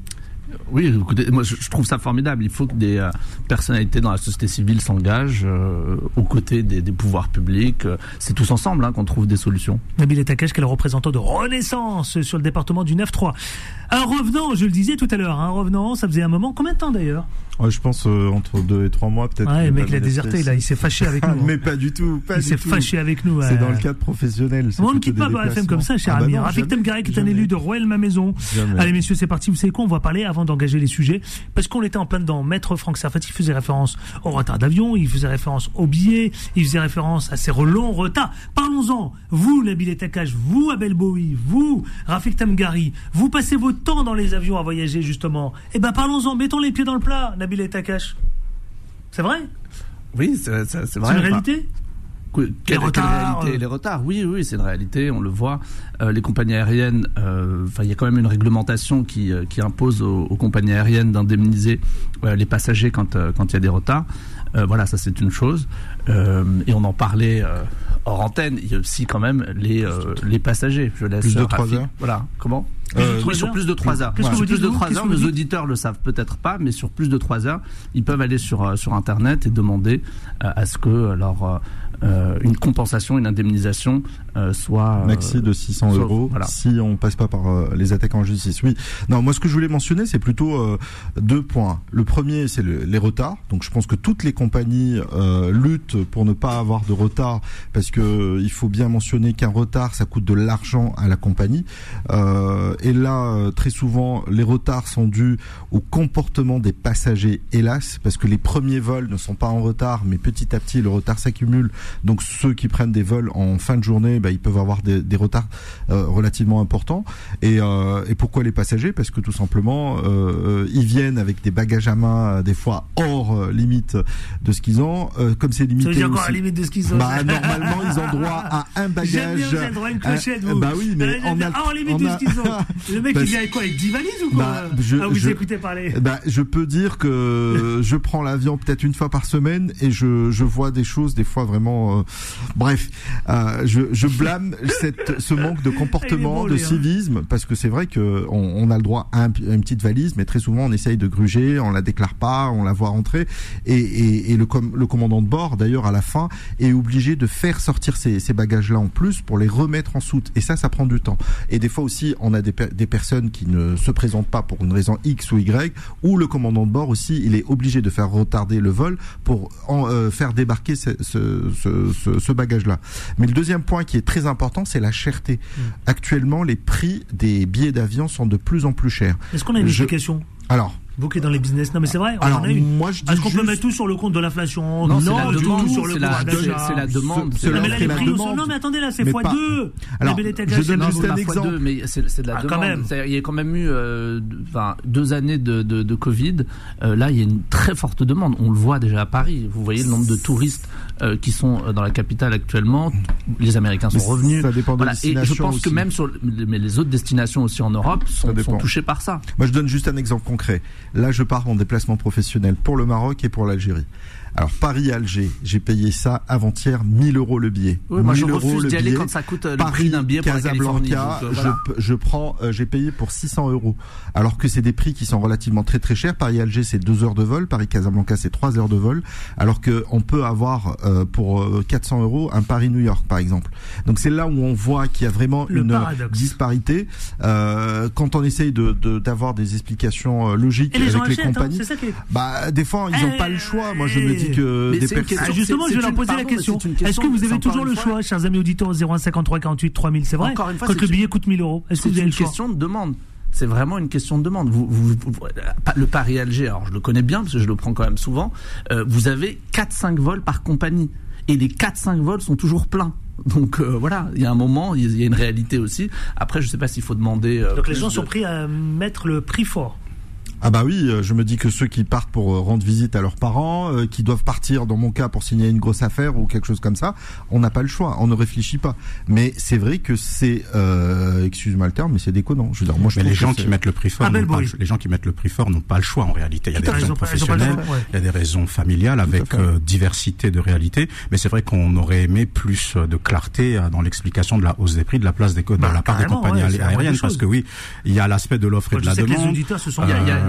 Oui, écoutez, moi je trouve ça formidable. Il faut que des euh, personnalités dans la société civile s'engagent euh, aux côtés des, des pouvoirs publics. C'est tous ensemble hein, qu'on trouve des solutions. Nabil Takash, qui est le représentant de Renaissance sur le département du neuf trois. Un revenant, je le disais tout à l'heure, un revenant, ça faisait un moment. Combien de temps d'ailleurs? Ouais, je pense euh, entre deux et trois mois peut-être. Ouais, le mec il a déserté là, il s'est fâché avec nous. Mais pas du tout, pas il du s'est tout. fâché avec nous. C'est euh... dans le cadre professionnel. On ne quitte pas B F M comme ça, cher ah ami. Bah Rafik Temgari, qui est un élu de Rueil-Malmaison. Allez messieurs, c'est parti. Vous savez quoi? On va parler avant d'engager les sujets, parce qu'on était en plein dedans. Maître Franck Serfat, il faisait référence au retard d'avion, il faisait référence aux billets, il faisait référence à ces longs retards. Parlons-en. Vous, Nabil Takash, vous, Abel Bowie, vous, Rafik Temgari, vous passez votre temps dans les avions à voyager justement. Eh ben parlons-en. Mettons les pieds dans le plat, Nabil Takash. C'est vrai? Oui, c'est, c'est, c'est vrai. C'est une réalité? Quelle, les retards, réalité, euh... les retards, oui, oui, c'est une réalité, on le voit. Euh, les compagnies aériennes, euh, enfin, il y a quand même une réglementation qui, euh, qui impose aux, aux compagnies aériennes d'indemniser euh, les passagers quand euh, quand il y a des retards. Euh, voilà, ça c'est une chose. Euh, et on en parlait euh, hors antenne. Il y a aussi quand même les euh, les passagers. Je laisse plus de trois heures. Voilà, comment? Euh, oui, sur plus de trois heures. Qu'est-ce sur plus de vous, trois heures, nos auditeurs le savent peut-être pas, mais sur plus de trois heures, ils peuvent aller sur euh, sur internet et demander euh, à ce que leur euh, une compensation, une indemnisation euh, soit euh, maxi de six cents soit, euros voilà. Si on passe pas par euh, les attaques en justice. Oui. Non, moi ce que je voulais mentionner, c'est plutôt euh, deux points. Le premier, c'est le, les retards. Donc je pense que toutes les compagnies euh, luttent pour ne pas avoir de retard, parce que euh, il faut bien mentionner qu'un retard, ça coûte de l'argent à la compagnie. Euh, et là, euh, très souvent, les retards sont dus au comportement des passagers, hélas, parce que les premiers vols ne sont pas en retard, mais petit à petit, le retard s'accumule. Donc ceux qui prennent des vols en fin de journée, bah, ils peuvent avoir des, des retards euh, relativement importants. Et, euh, et pourquoi les passagers? Parce que tout simplement, euh, ils viennent avec des bagages à main, euh, des fois hors euh, limite de ce qu'ils ont. Euh, comme c'est limité, ça veut dire quoi, aussi, à limite de ce qu'ils ont? Bah, normalement, ils ont droit à un bagage. J'aime bien, vous avez droit à une clochette, vous. Bah oui, mais on a, a hors limite on de a, ce qu'ils ont. Le mec, bah, il vient avec quoi, avec dix valises ou quoi? Bah, je, ah, vous je, écoutez parler. Bah, je peux dire que je prends l'avion peut-être une fois par semaine et je, je vois des choses des fois vraiment. Euh, bref, euh, je, je blâme cette, ce manque de comportement, beau, de civisme, hein. Parce que c'est vrai que on, on a le droit à, un, à une petite valise, mais très souvent on essaye de gruger, on la déclare pas, on la voit rentrer, et, et, et le, com, le commandant de bord, d'ailleurs à la fin, est obligé de faire sortir ces, ces bagages-là en plus pour les remettre en soute. Et ça, ça prend du temps. Et des fois aussi, on a des, des personnes qui ne se présentent pas pour une raison X ou Y, ou le commandant de bord aussi, il est obligé de faire retarder le vol pour en, euh, faire débarquer ce, ce, ce, ce, ce bagage-là. Mais le deuxième point qui est très important, c'est la cherté. Mmh. Actuellement, les prix des billets d'avion sont de plus en plus chers. Est-ce qu'on a une Je... explication? Alors, vous qui êtes dans les business, non mais c'est vrai. On alors en a une. moi je dis Est-ce qu'on juste... peut mettre tout sur le compte de l'inflation? Non, Non, c'est la du demande, tout sur le c'est compte la, d'achat. c'est la demande. C'est non, mais là, les prix demande. sont... non mais attendez là, c'est fois pas... deux. Alors, je donne juste un exemple. Deux, mais c'est, c'est de la ah, demande. Quand même. Il y a quand même eu, euh, enfin, deux années de, de, de Covid. Euh, là, il y a une très forte demande. On le voit déjà à Paris. Vous voyez le nombre de touristes euh, qui sont dans la capitale actuellement. Les Américains sont mais revenus. Ça dépend de voilà. Et je pense aussi. que même sur mais les autres destinations aussi en Europe sont, sont touchées par ça. Moi, je donne juste un exemple concret. Là, je pars en déplacement professionnel pour le Maroc et pour l'Algérie. Alors Paris-Alger, j'ai payé ça avant-hier mille euros le billet. Oui, moi je refuse d'y aller quand ça coûte le Paris, prix d'un billet pour Casablanca, la Californie. Donc, euh, voilà. je, je prends, euh, j'ai payé pour six cents euros. Alors que c'est des prix qui sont relativement très très chers. Paris-Alger c'est deux heures de vol, Paris-Casablanca c'est trois heures de vol. Alors que on peut avoir euh, pour euh, quatre cents euros un Paris-New York par exemple. Donc c'est là où on voit qu'il y a vraiment le une paradoxe. disparité. Euh, quand on essaye de, de d'avoir des explications logiques les avec les achètent, compagnies, hein, qui est... bah des fois ils n'ont eh, pas le choix. Moi je me dis que des personnes Ah, justement, je vais leur poser la question. Est-ce que vous avez toujours le choix, chers amis auditeurs, au zéro un cinquante-trois quarante-huit trois mille, c'est vrai? Encore une fois, quand le billet coûte mille euros, est-ce que vous avez le choix? C'est une question de demande. C'est vraiment une question de demande. Vous, vous, vous, le Paris-Alger, alors je le connais bien parce que je le prends quand même souvent. Euh, vous avez quatre cinq vols par compagnie et les quatre cinq vols sont toujours pleins. Donc euh, voilà, il y a un moment, il y a une réalité aussi. Après, je sais pas s'il faut demander. Euh, Donc les gens de... sont pris à mettre le prix fort. Ah bah oui, je me dis que ceux qui partent pour rendre visite à leurs parents, euh, qui doivent partir dans mon cas pour signer une grosse affaire ou quelque chose comme ça, on n'a pas le choix, on ne réfléchit pas. Mais c'est vrai que c'est, euh, excuse-moi le terme, mais c'est déconnant. Je veux dire, moi je mais les gens qui mettent le prix fort, ah, n'ont pas, les gens qui mettent le prix fort n'ont pas le choix en réalité. Il y a des raisons professionnelles, ouais. Il y a des raisons familiales avec euh, diversité de réalités. Mais c'est vrai qu'on aurait aimé plus de clarté euh, dans l'explication de la hausse des prix, de la place des, de bah, la part des compagnies ouais, aériennes, parce que oui, il y a l'aspect de l'offre et de la demande. Les auditeurs se sont il y a, il y a, il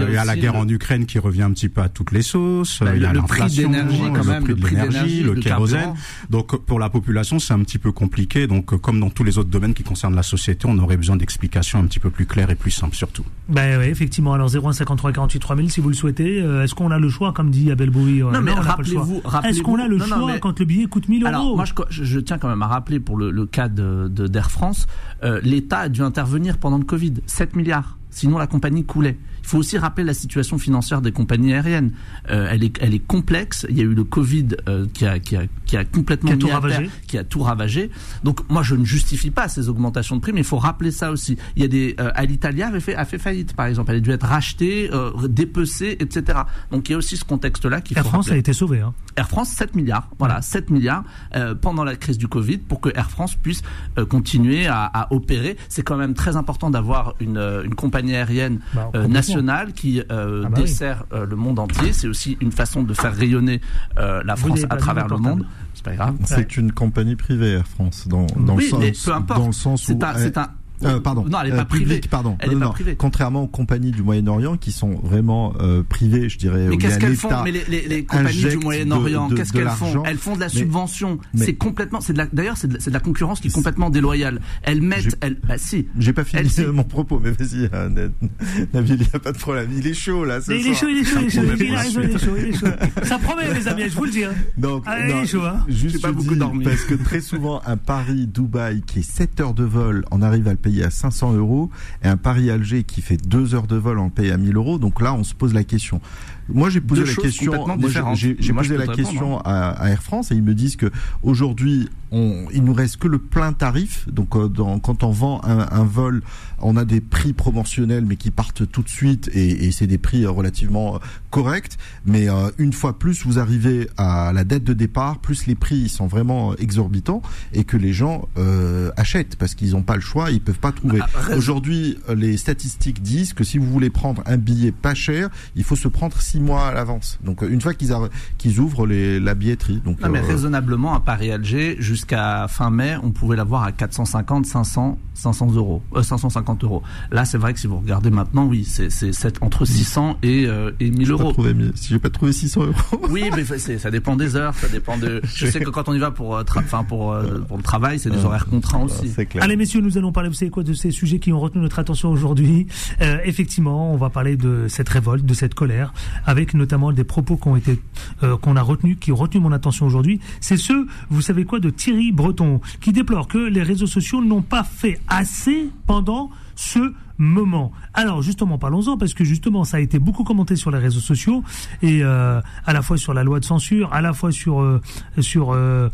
il y a, y a la guerre le... en Ukraine qui revient un petit peu à toutes les sauces. Bah, il y a le l'inflation, prix d'énergie, quand le même, prix le de prix l'énergie, le, le kérosène. Donc pour la population, c'est un petit peu compliqué. Donc comme dans tous les autres domaines qui concernent la société, on aurait besoin d'explications un petit peu plus claires et plus simples surtout. Ben oui, effectivement. Alors zéro un cinquante-trois quarante-huit trois mille si vous le souhaitez. Euh, est-ce qu'on a le choix, comme dit Abel Bowie? Non, mais rappelez-vous, rappelez-vous. Est-ce qu'on a le non, choix non, mais... quand le billet coûte mille euros? Alors moi, je, je tiens quand même à rappeler pour le, le cas de, de d'Air France, euh, l'État a dû intervenir pendant le Covid, sept milliards. Sinon, la compagnie coulait. Il faut aussi rappeler la situation financière des compagnies aériennes. Euh, elle est, elle est complexe. Il y a eu le Covid euh, qui a, qui a, qui a complètement qui a mis tout à ravagé. terre, qui a tout ravagé. Donc, moi, je ne justifie pas ces augmentations de prix, mais il faut rappeler ça aussi. Il y a des, euh, Alitalia avait fait, a fait faillite, par exemple. Elle a dû être rachetée, euh, dépecée, et cetera. Donc, il y a aussi ce contexte-là qu'il faut Air France rappeler. a été sauvée, hein. Air France, sept milliards. Voilà, ouais. sept milliards euh, pendant la crise du Covid pour que Air France puisse euh, continuer à, à opérer. C'est quand même très important d'avoir une, une compagnie aérienne bah, euh, nationale qui euh, ah bah dessert oui. euh, le monde entier. C'est aussi une façon de faire rayonner euh, la France à travers le monde. C'est pas grave. C'est ouais. une compagnie privée, Air France, dans, dans, oui, le, sens, mais peu importe. dans le sens où... C'est un, c'est un Euh, pardon. Non, elle est pas euh, privée. Public, pardon. Elle non, est pas non. privée. Contrairement aux compagnies du Moyen-Orient qui sont vraiment euh, privées, je dirais. Mais qu'est-ce qu'elles font Mais les, les, les compagnies du Moyen-Orient, de, de, qu'est-ce qu'elles font Elles font de la mais, subvention. Mais, c'est complètement. C'est de la, d'ailleurs, c'est de, c'est de la concurrence qui est complètement déloyale. Elles mettent. Elles, bah si. J'ai pas fini elles, mon propos, mais vas-y, euh, Nabil, il y a pas de problème. Il est chaud là. Ce il, soir. Est chaud, il est chaud, il est chaud, il a raison, il est chaud, il est chaud. Ça promet, les amis, je vous le dis. Hein. Donc, ah, non, il est chaud, hein. Juste pas beaucoup dormi. Parce que très souvent, un Paris-Dubaï qui est sept heures de vol, on arrive à le payer à cinq cents euros. Et un Paris-Alger qui fait deux heures de vol, on le paye à mille euros. Donc là, on se pose la question. Moi, j'ai posé Deux la question. Moi, j'ai, j'ai moi, posé la question à, à Air France et ils me disent que aujourd'hui, on, il nous reste que le plein tarif. Donc, euh, dans, quand on vend un, un vol, on a des prix promotionnels, mais qui partent tout de suite et, et c'est des prix relativement corrects. Mais euh, une fois plus, vous arrivez à la date de départ, plus les prix ils sont vraiment exorbitants et que les gens euh, achètent parce qu'ils n'ont pas le choix, ils peuvent pas trouver. Ah, aujourd'hui, les statistiques disent que si vous voulez prendre un billet pas cher, il faut se prendre six mois à l'avance. Donc une fois qu'ils, a, qu'ils ouvrent les, la billetterie. Donc, non, mais euh, raisonnablement, à Paris-Alger, jusqu'à fin mai, on pouvait l'avoir à quatre cent cinquante, cinq cents, cinq cents euros, euh, cinq cent cinquante euros. Là, c'est vrai que si vous regardez maintenant, oui, c'est, c'est, c'est entre six cents et, euh, et mille euros. Trouvé, si j'ai pas trouvé six cents euros. Oui, mais c'est, ça dépend des heures, ça dépend de. Je sais que quand on y va pour, tra- enfin pour, euh, pour le travail, c'est des euh, horaires contraints aussi. C'est clair. Allez, messieurs, nous allons parler, vous savez quoi, de ces sujets qui ont retenu notre attention aujourd'hui. Euh, effectivement, on va parler de cette révolte, de cette colère, avec notamment des propos qui ont été, euh, qu'on a retenus, qui ont retenu mon attention aujourd'hui. C'est ceux, vous savez quoi, de Thierry Breton, qui déplore que les réseaux sociaux n'ont pas fait assez pendant ce moment. Alors justement, parlons-en, parce que justement, ça a été beaucoup commenté sur les réseaux sociaux, et euh, à la fois sur la loi de censure, à la fois sur... Euh, sur euh,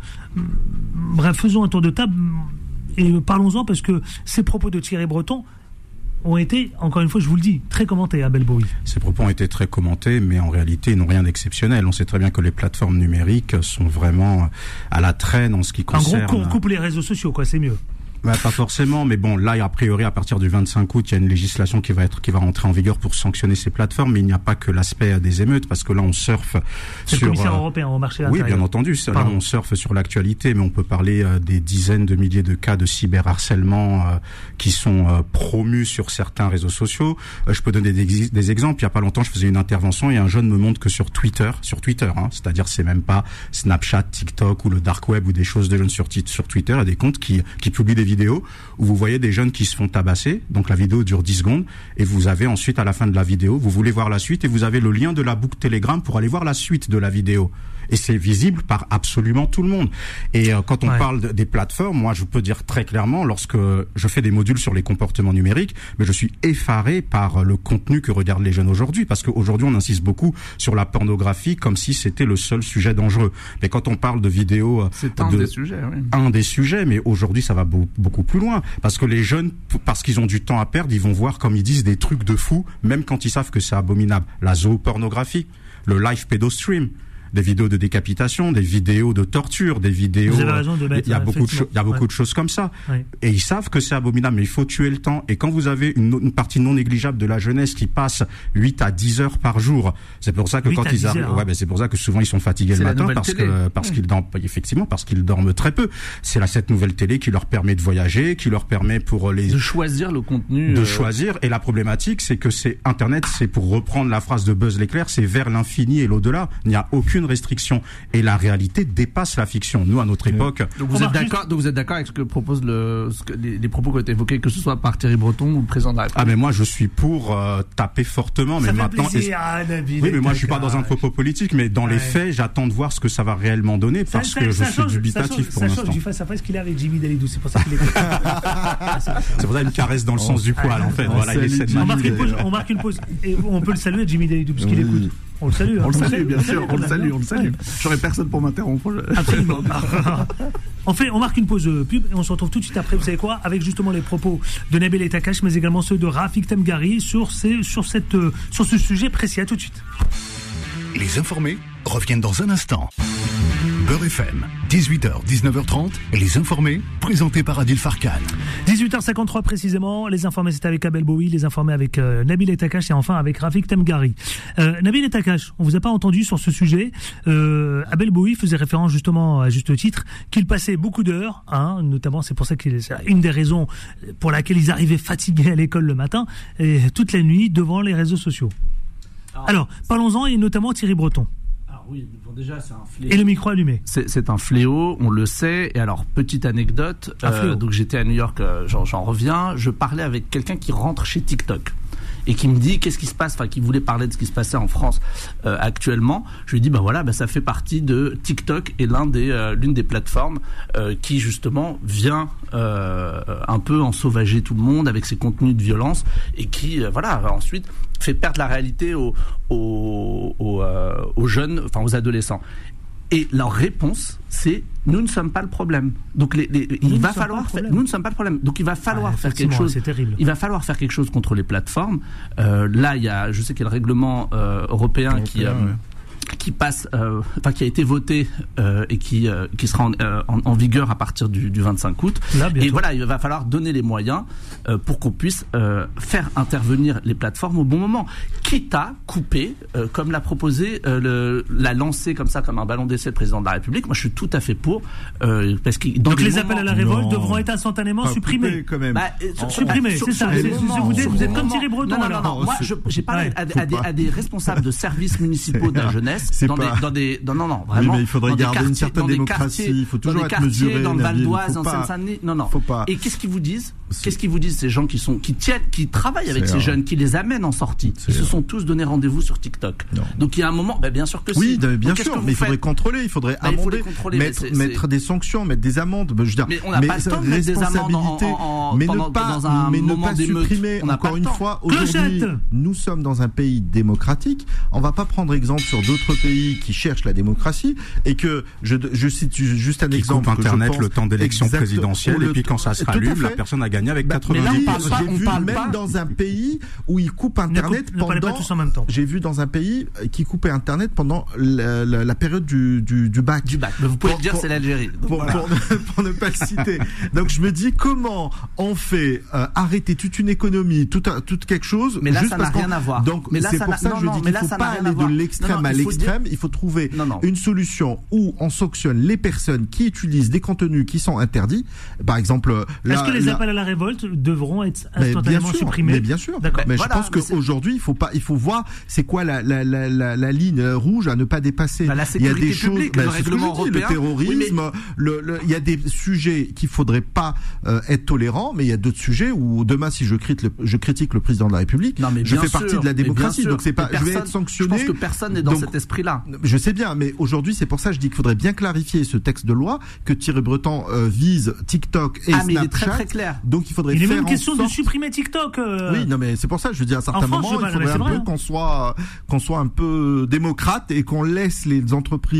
bref, faisons un tour de table, et parlons-en, parce que ces propos de Thierry Breton ont été, encore une fois, je vous le dis, très commentés, Abel Bowie. Ces propos ont été très commentés, mais en réalité, ils n'ont rien d'exceptionnel. On sait très bien que les plateformes numériques sont vraiment à la traîne en ce qui concerne... En gros, qu'on coupe les réseaux sociaux, quoi, c'est mieux. Bah, pas forcément, mais bon, là, a priori, à partir du vingt-cinq août, il y a une législation qui va être, qui va rentrer en vigueur pour sanctionner ces plateformes, mais il n'y a pas que l'aspect des émeutes, parce que là, on surfe c'est sur... le commissaire européen au marché intérieur. Oui, bien entendu, c'est, là, on surfe sur l'actualité, mais on peut parler euh, des dizaines de milliers de cas de cyberharcèlement euh, qui sont euh, promus sur certains réseaux sociaux. Euh, je peux donner des, des exemples. Il y a pas longtemps, je faisais une intervention et un jeune me montre que sur Twitter, sur Twitter, hein, c'est-à-dire c'est même pas Snapchat, TikTok ou le dark web ou des choses de jeunes sur, sur Twitter, il y a des comptes qui, qui publient des vidéos où vous voyez des jeunes qui se font tabasser, donc la vidéo dure dix secondes, et vous avez ensuite, à la fin de la vidéo, vous voulez voir la suite, et vous avez le lien de la boucle Telegram pour aller voir la suite de la vidéo. Et c'est visible par absolument tout le monde. Et euh, quand on ouais. parle de, des plateformes, moi je peux dire très clairement, lorsque je fais des modules sur les comportements numériques, mais je suis effaré par le contenu que regardent les jeunes aujourd'hui, parce qu'aujourd'hui on insiste beaucoup sur la pornographie comme si c'était le seul sujet dangereux. Mais quand on parle de vidéos... C'est un de, des sujets, oui. Un des sujets, mais aujourd'hui ça va be- beaucoup plus loin. Parce que les jeunes, parce qu'ils ont du temps à perdre, ils vont voir, comme ils disent, des trucs de fous, même quand ils savent que c'est abominable. La zoopornographie, le live pédostream. des vidéos de décapitation, des vidéos de torture, des vidéos. Vous avez raison de mettre, il y a beaucoup de choses, il y a beaucoup ouais. de choses comme ça. Ouais. Et ils savent que c'est abominable, mais il faut tuer le temps. Et quand vous avez une, une partie non négligeable de la jeunesse qui passe huit à dix heures par jour, c'est pour ça que quand ils arrivent, ouais, ben c'est pour ça que souvent ils sont fatigués c'est le matin parce télé. que parce ouais. qu'ils dorment effectivement parce qu'ils dorment très peu. C'est là cette nouvelle télé qui leur permet de voyager, qui leur permet pour les de choisir le contenu, de euh... choisir. Et la problématique, c'est que c'est Internet, c'est pour reprendre la phrase de Buzz l'éclair, c'est vers l'infini et l'au-delà. Il n'y a aucune restriction et la réalité dépasse la fiction. Nous, à notre époque. Donc vous êtes d'accord, donc vous êtes d'accord avec ce que propose le, ce que, les, les propos qui ont été évoqués, que ce soit par Thierry Breton ou le président de la République. Ah mais moi je suis pour euh, taper fortement, ça mais fait maintenant. Plaisir, ah, Nabil, oui, mais moi je suis pas dans un propos politique, mais dans ouais. les faits, j'attends de voir ce que ça va réellement donner parce ça, que ça, je ça suis dubitatif pour l'instant. Ça change du face à face qu'il a avec Jimmy Dalidou, c'est pour ça qu'il est. C'est pour ça une caresse dans le sens du poil en fait. Voilà, il essaie de on marque une pause, on marque une pause et on peut le saluer Jimmy Dalidou parce qu'il écoute. On le salue. On le salue, bien sûr. On le salue, on le salue. J'aurais personne pour m'interrompre. Absolument. On fait, on marque une pause pub et on se retrouve tout de suite après. Vous savez quoi? Avec justement les propos de Nabil Etakash, mais également ceux de Rafik Temghari sur ces, sur cette, sur ce sujet précis. À tout de suite. Les informés reviennent dans un instant. Beurre F M, dix-huit heures, dix-neuf heures trente, les informés, présentés par Adil Farkan. dix-huit heures cinquante-trois précisément, les informés c'était avec Abel Bowie, les informés avec euh, Nabil Etakash et enfin avec Rafik Temghari. Euh, Nabil Etakash, on vous a pas entendu sur ce sujet. Euh, Abel Bowie faisait référence justement à juste titre qu'il passait beaucoup d'heures, hein, notamment c'est pour ça que c'est une des raisons pour laquelle ils arrivaient fatigués à l'école le matin et toute la nuit devant les réseaux sociaux. Alors, Alors parlons-en et notamment Thierry Breton. Oui, bon déjà c'est un fléau. Et le micro allumé. C'est, c'est un fléau, on le sait. Et alors petite anecdote, euh, donc j'étais à New York, euh, j'en, j'en reviens, je parlais avec quelqu'un qui rentre chez TikTok et qui me dit qu'est-ce qui se passe, enfin qui voulait parler de ce qui se passait en France euh, actuellement. Je lui dis bah voilà, bah ça fait partie de TikTok et l'un des euh, l'une des plateformes euh, qui justement vient euh, un peu ensauvager tout le monde avec ses contenus de violence et qui euh, voilà ensuite fait perdre la réalité aux aux, aux, euh, aux jeunes, enfin aux adolescents. Et leur réponse, c'est nous ne sommes pas le problème. Donc les, les, il va falloir faire, nous ne sommes pas le problème. Donc il va falloir ah, faire quelque chose. C'est terrible. Il va falloir faire quelque chose contre les plateformes. Euh, là, il y a, je sais qu'il y a le règlement euh, européen, européen qui. Euh, ouais. qui passe, euh, enfin qui a été voté euh, et qui euh, qui sera en, euh, en, en vigueur à partir du, du vingt-cinq août. Là, et voilà, il va falloir donner les moyens euh, pour qu'on puisse euh, faire intervenir les plateformes au bon moment, quitte à couper, euh, comme l'a proposé, euh, le, la lancer comme ça, comme un ballon d'essai le président de la République. Moi, je suis tout à fait pour, euh, parce que dans donc les, les moments, appels à la révolte non. devront être instantanément enfin, supprimés. Quand même. Bah, euh, supprimés, c'est ça. C'est, moment, vous êtes, vous êtes comme Thierry Breton. Non, non, alors. non, non. Moi, je, j'ai parlé ouais, à, à, des, à des responsables de services municipaux de la jeunesse, dans des, dans des Des, non, non, non, vraiment. Oui, mais il faudrait garder une certaine démocratie. Il faut toujours être mesuré. Dans le Val d'Oise, en Seine-Saint-Denis. Non, non. Faut pas. Et qu'est-ce qu'ils vous disent? Qu'est-ce qu'ils vous disent, ces gens qui sont, qui tiennent, qui travaillent avec c'est ces un... jeunes, qui les amènent en sortie? Ils se sont tous donné rendez-vous sur TikTok. Non. Donc il y a un moment, bah, bien sûr que oui, si. Oui, bien sûr, mais il faudrait contrôler, il faudrait bah, amender, il mettre, c'est, mettre c'est... des sanctions, mettre des amendes. Je veux dire, mais on n'a pas le temps de mettre des amendes en, en, en, mais pendant, ne pas, dans un mais moment ne pas supprimer. Encore une fois, aujourd'hui, nous sommes dans un pays démocratique. On va pas prendre exemple sur d'autres pays qui cherchent la démocratie et que je, je cite juste un qui exemple. Coupe Internet le temps d'élection présidentielle et puis quand ça se rallume, la personne a gagné avec quatre-vingt-dix. J'ai vu même dans un pays où ils coupent Internet ne coupe, pendant. Ne tous en même temps. J'ai vu dans un pays qui coupait Internet pendant la, la, la période du, du, du bac. Du bac. Mais vous pouvez pour, le dire, pour, c'est l'Algérie. Pour, voilà. pour, ne, pour ne pas le citer. Donc je me dis comment on fait euh, arrêter toute une économie, tout, un, tout quelque chose. Mais là, juste ça parce n'a rien à voir. Donc mais là, c'est pour ça que je dis qu'il ne faut pas aller de l'extrême à l'extrême. Il faut trouver une solution où on sanctionne les personnes qui utilisent des contenus qui sont interdits. Par exemple, là, est-ce que les là, appels à la révolte devront être instantanément supprimés? Mais bien sûr. D'accord. Mais voilà, je pense qu'aujourd'hui, il faut pas, il faut voir c'est quoi la, la, la, la, la ligne rouge à ne pas dépasser. Bah, la sécurité il y a des publique, choses, bah, le règlement dis, européen, le terrorisme, oui, mais... le, le, il y a des sujets qu'il faudrait pas euh, être tolérants, mais il y a d'autres sujets où demain, si je critique le, je critique le président de la République, non, mais je fais sûr, partie de la démocratie, donc c'est pas, je vais être sanctionné. Je pense que personne n'est dans donc, cet esprit-là. Je sais bien, mais aujourd'hui, c'est pour ça que je dis qu'il faudrait bien clarifier ce texte de loi que Thierry Breton euh, vise TikTok et ah, Snapchat. Mais il est très très clair. Donc il faudrait il faire est même en question sorte... de supprimer TikTok. Euh... Oui, non, mais c'est pour ça que je veux dire à un certain moment, il faudrait un peu qu'on soit qu'on soit un peu démocrate et qu'on laisse les entreprises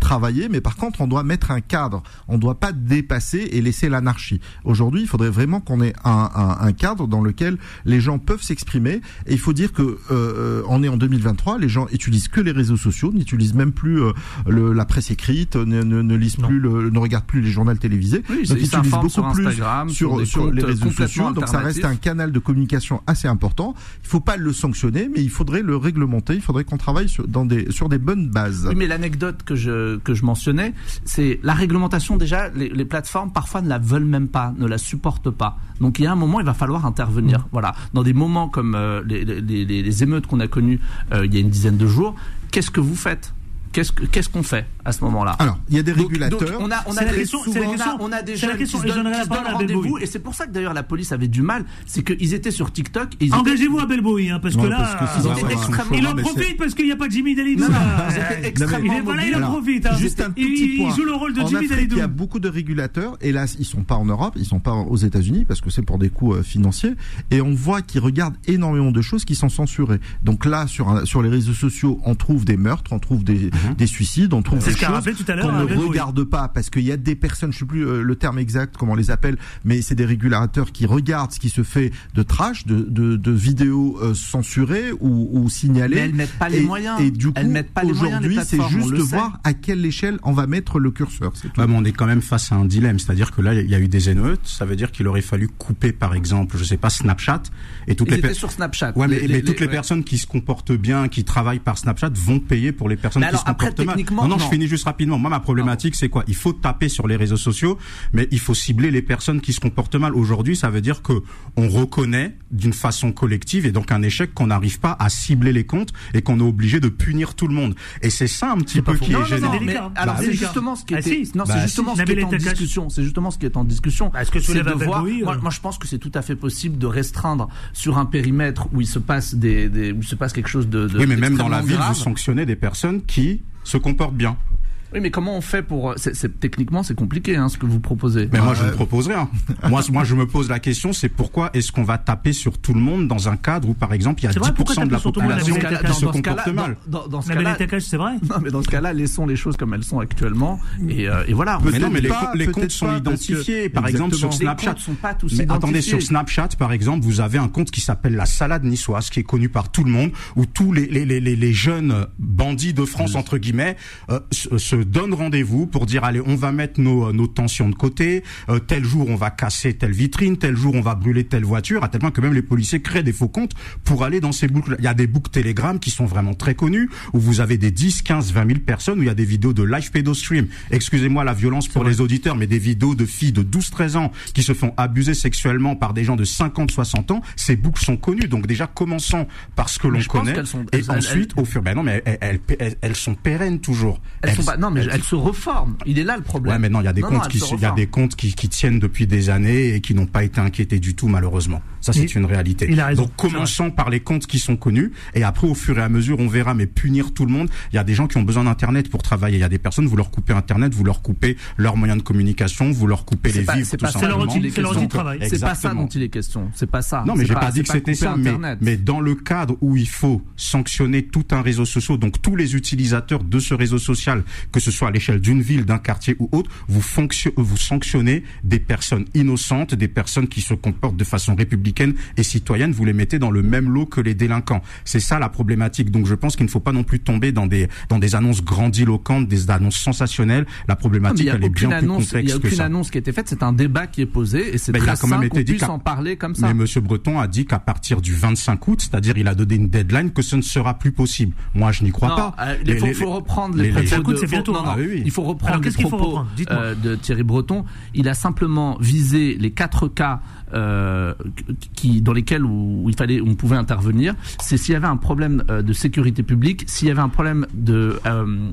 travailler, mais par contre, on doit mettre un cadre. On ne doit pas dépasser et laisser l'anarchie. Aujourd'hui, il faudrait vraiment qu'on ait un, un, un cadre dans lequel les gens peuvent s'exprimer. Et il faut dire que euh, on est en deux mille vingt-trois, les gens utilisent que les réseaux sociaux, n'utilisent même plus euh, le, la presse écrite, ne, ne, ne lisent non. plus, le, ne regardent plus les journaux télévisés. Oui, donc ils utilisent beaucoup sur plus Instagram, sur, sur, sur les réseaux sociaux. Donc ça reste un canal de communication assez important. Il ne faut pas le sanctionner, mais il faudrait le réglementer. Il faudrait qu'on travaille sur, dans des, sur des bonnes bases. Oui, mais l'anecdote que je que je mentionnais, c'est la réglementation. Déjà, les, les plateformes parfois ne la veulent même pas, ne la supportent pas. Donc il y a un moment, il va falloir intervenir. Mmh. Voilà, dans des moments comme euh, les, les, les, les émeutes qu'on a connues euh, il y a une dizaine de jours, qu'est-ce que vous faites ? Qu'est-ce, que, qu'est-ce qu'on fait à ce moment-là? Alors, il y a des régulateurs. Donc, donc on a, on a c'est des, la question, souvent, c'est la on question, a, on a des c'est jeunes question, qui se donnent, qui se donnent rendez-vous. Et c'est pour ça que d'ailleurs la police avait du mal. C'est qu'ils étaient sur TikTok. Et ils Engagez-vous étaient... à Bellboy, hein, parce non, que là, parce que ils étaient extrêmement. Il en profite parce qu'il n'y a pas Jimmy Dalidou. Il est pas là, il en profite. Hein. Juste un tout petit point. Il joue le rôle de en Jimmy Afrique, Dalidou. Il y a beaucoup de régulateurs. Et là, ils sont pas en Europe, ils sont pas aux États-Unis parce que c'est pour des coûts financiers. Et on voit qu'ils regardent énormément de choses qui sont censurées. Donc là, sur sur les réseaux sociaux, on trouve des meurtres, on trouve des des suicides. On c'est ce qu'a rappelé tout à l'heure. On ne regarde oui. pas parce qu'il y a des personnes, je ne sais plus euh, le terme exact, comment on les appelle, mais c'est des régulateurs qui regardent ce qui se fait de trash, de, de, de vidéos euh, censurées ou, ou signalées. Mais elles mettent pas les et, moyens. Et du coup, elles mettent pas les aujourd'hui, moyens, c'est juste de voir à quelle échelle on va mettre le curseur. C'est tout. Ouais, mais on est quand même face à un dilemme, c'est-à-dire que là, il y a eu des émeutes. Ça veut dire qu'il aurait fallu couper, par exemple, je sais pas, Snapchat et toutes Ils les étaient per... sur Snapchat. Ouais, mais, les, mais les, toutes les, les personnes ouais. qui se comportent bien, qui travaillent par Snapchat, vont payer pour les personnes mais qui alors, se comportent après, mal. Non, non, non, non, je finis juste rapidement. Moi, ma problématique, c'est quoi? Il faut taper sur les réseaux sociaux, mais il faut cibler les personnes qui se comportent mal. Aujourd'hui, ça veut dire que on reconnaît d'une façon collective et donc un échec qu'on n'arrive pas à cibler les comptes et qu'on est obligé de punir tout le monde. Et c'est ça un petit peu qui est gênant. Mais alors c'est justement ce qui était, non, c'est justement ce qui est en discussion. C'est justement ce qui est en discussion. Est-ce que c'est de voir. Moi, je pense que c'est tout à fait possible de restreindre sur un périmètre où il se passe des, des où il se passe quelque chose de. Oui, mais même dans la ville, vous sanctionnez des personnes qui se comportent bien. Oui, mais comment on fait pour... C'est, c'est, techniquement, c'est compliqué, hein, ce que vous proposez. Mais ah, moi, euh... je ne propose rien. moi, moi, je me pose la question, c'est pourquoi est-ce qu'on va taper sur tout le monde dans un cadre où, par exemple, il y a dix pour cent de la population qui se comporte mal. Dans, dans, dans ce cas-là, c'est vrai. Non, mais dans ce cas-là, laissons les choses comme elles sont actuellement. Et, euh, et voilà. Mais non, mais les, pas, les comptes sont identifiés. Par exemple, sur Snapchat. Les comptes sont pas tous mais identifiés. Attendez, sur Snapchat, par exemple, vous avez un compte qui s'appelle la Salade Niçoise, qui est connu par tout le monde, où tous les, les, les, les jeunes bandits de France, entre guillemets, euh, se, se donnent rendez-vous pour dire allez, on va mettre nos, nos tensions de côté, euh, tel jour on va casser telle vitrine, tel jour on va brûler telle voiture, à tel point que même les policiers créent des faux comptes pour aller dans ces boucles. Il y a des boucles Telegram qui sont vraiment très connues, où vous avez des dix, quinze, vingt mille personnes, où il y a des vidéos de live pédostream, excusez-moi la violence pour les auditeurs, mais des vidéos de filles de douze, treize ans qui se font abuser sexuellement par des gens de cinquante, soixante ans. Ces boucles sont connues, donc déjà commençons par ce que l'on connaît, sont, et elles, ensuite elles, au fur, ben non mais elles, elles, elles, elles sont pérennes toujours. Elles, elles sont pas, non mais elles, elles se reforment. Il est là le problème. Ouais, mais non, il y a des non, comptes non, qui, il y a des comptes qui, qui tiennent depuis des années et qui n'ont pas été inquiétés du tout, malheureusement. Ça, c'est il, une réalité. Il a raison. Donc, commençons par les comptes qui sont connus et après, au fur et à mesure, on verra. Mais punir tout le monde, il y a des gens qui ont besoin d'Internet pour travailler. Il y a des personnes, vous leur coupez Internet, vous leur coupez leurs moyens de communication, vous leur coupez c'est les pas, vivres, c'est tout pas simplement. C'est leur outil de travail. C'est pas ça dont il est question. C'est pas ça. Non, mais j'ai pas, pas dit que c'était ça. Mais, mais dans le cadre où il faut sanctionner tout un réseau social, donc tous les utilisateurs de ce réseau social, que ce soit à l'échelle d'une ville, d'un quartier ou autre, vous, fonction, vous sanctionnez des personnes innocentes, des personnes qui se comportent de façon républicaine et citoyenne, vous les mettez dans le même lot que les délinquants. C'est ça la problématique. Donc je pense qu'il ne faut pas non plus tomber dans des dans des annonces grandiloquentes, des annonces sensationnelles. La problématique, elle est bien annonce, plus complexe que ça. Il n'y a aucune annonce qui a été faite, c'est un débat qui est posé et c'est ben, très sain qu'on puisse en parler comme ça. Mais Monsieur Breton a dit qu'à partir du vingt-cinq août, c'est-à-dire il a donné une deadline, que ce ne sera plus possible. Moi, je n'y crois non, pas. Euh, il faut, les, faut reprendre les, les propos de... c'est bientôt. Non, non, ah, oui, oui. Il faut reprendre Alors, les propos euh, de Thierry Breton. Il a simplement visé les quatre cas euh, qui, dans lesquels où, où il fallait, où on pouvait intervenir. C'est s'il y avait un problème euh, de sécurité publique, s'il y avait un problème de, euh,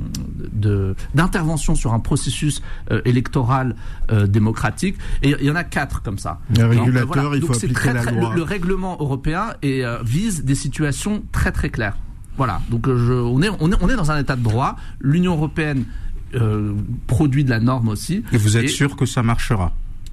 de d'intervention sur un processus euh, électoral euh, démocratique. Et il y en a quatre comme ça. Le régulateur, Donc, voilà. il faut Donc, appliquer très, la très, loi. Le, le règlement européen et, euh, vise des situations très très claires. Voilà. Donc je, on est on est on est dans un état de droit. L'Union européenne Euh, produit de la norme aussi. Et vous êtes et... sûr que ça marchera?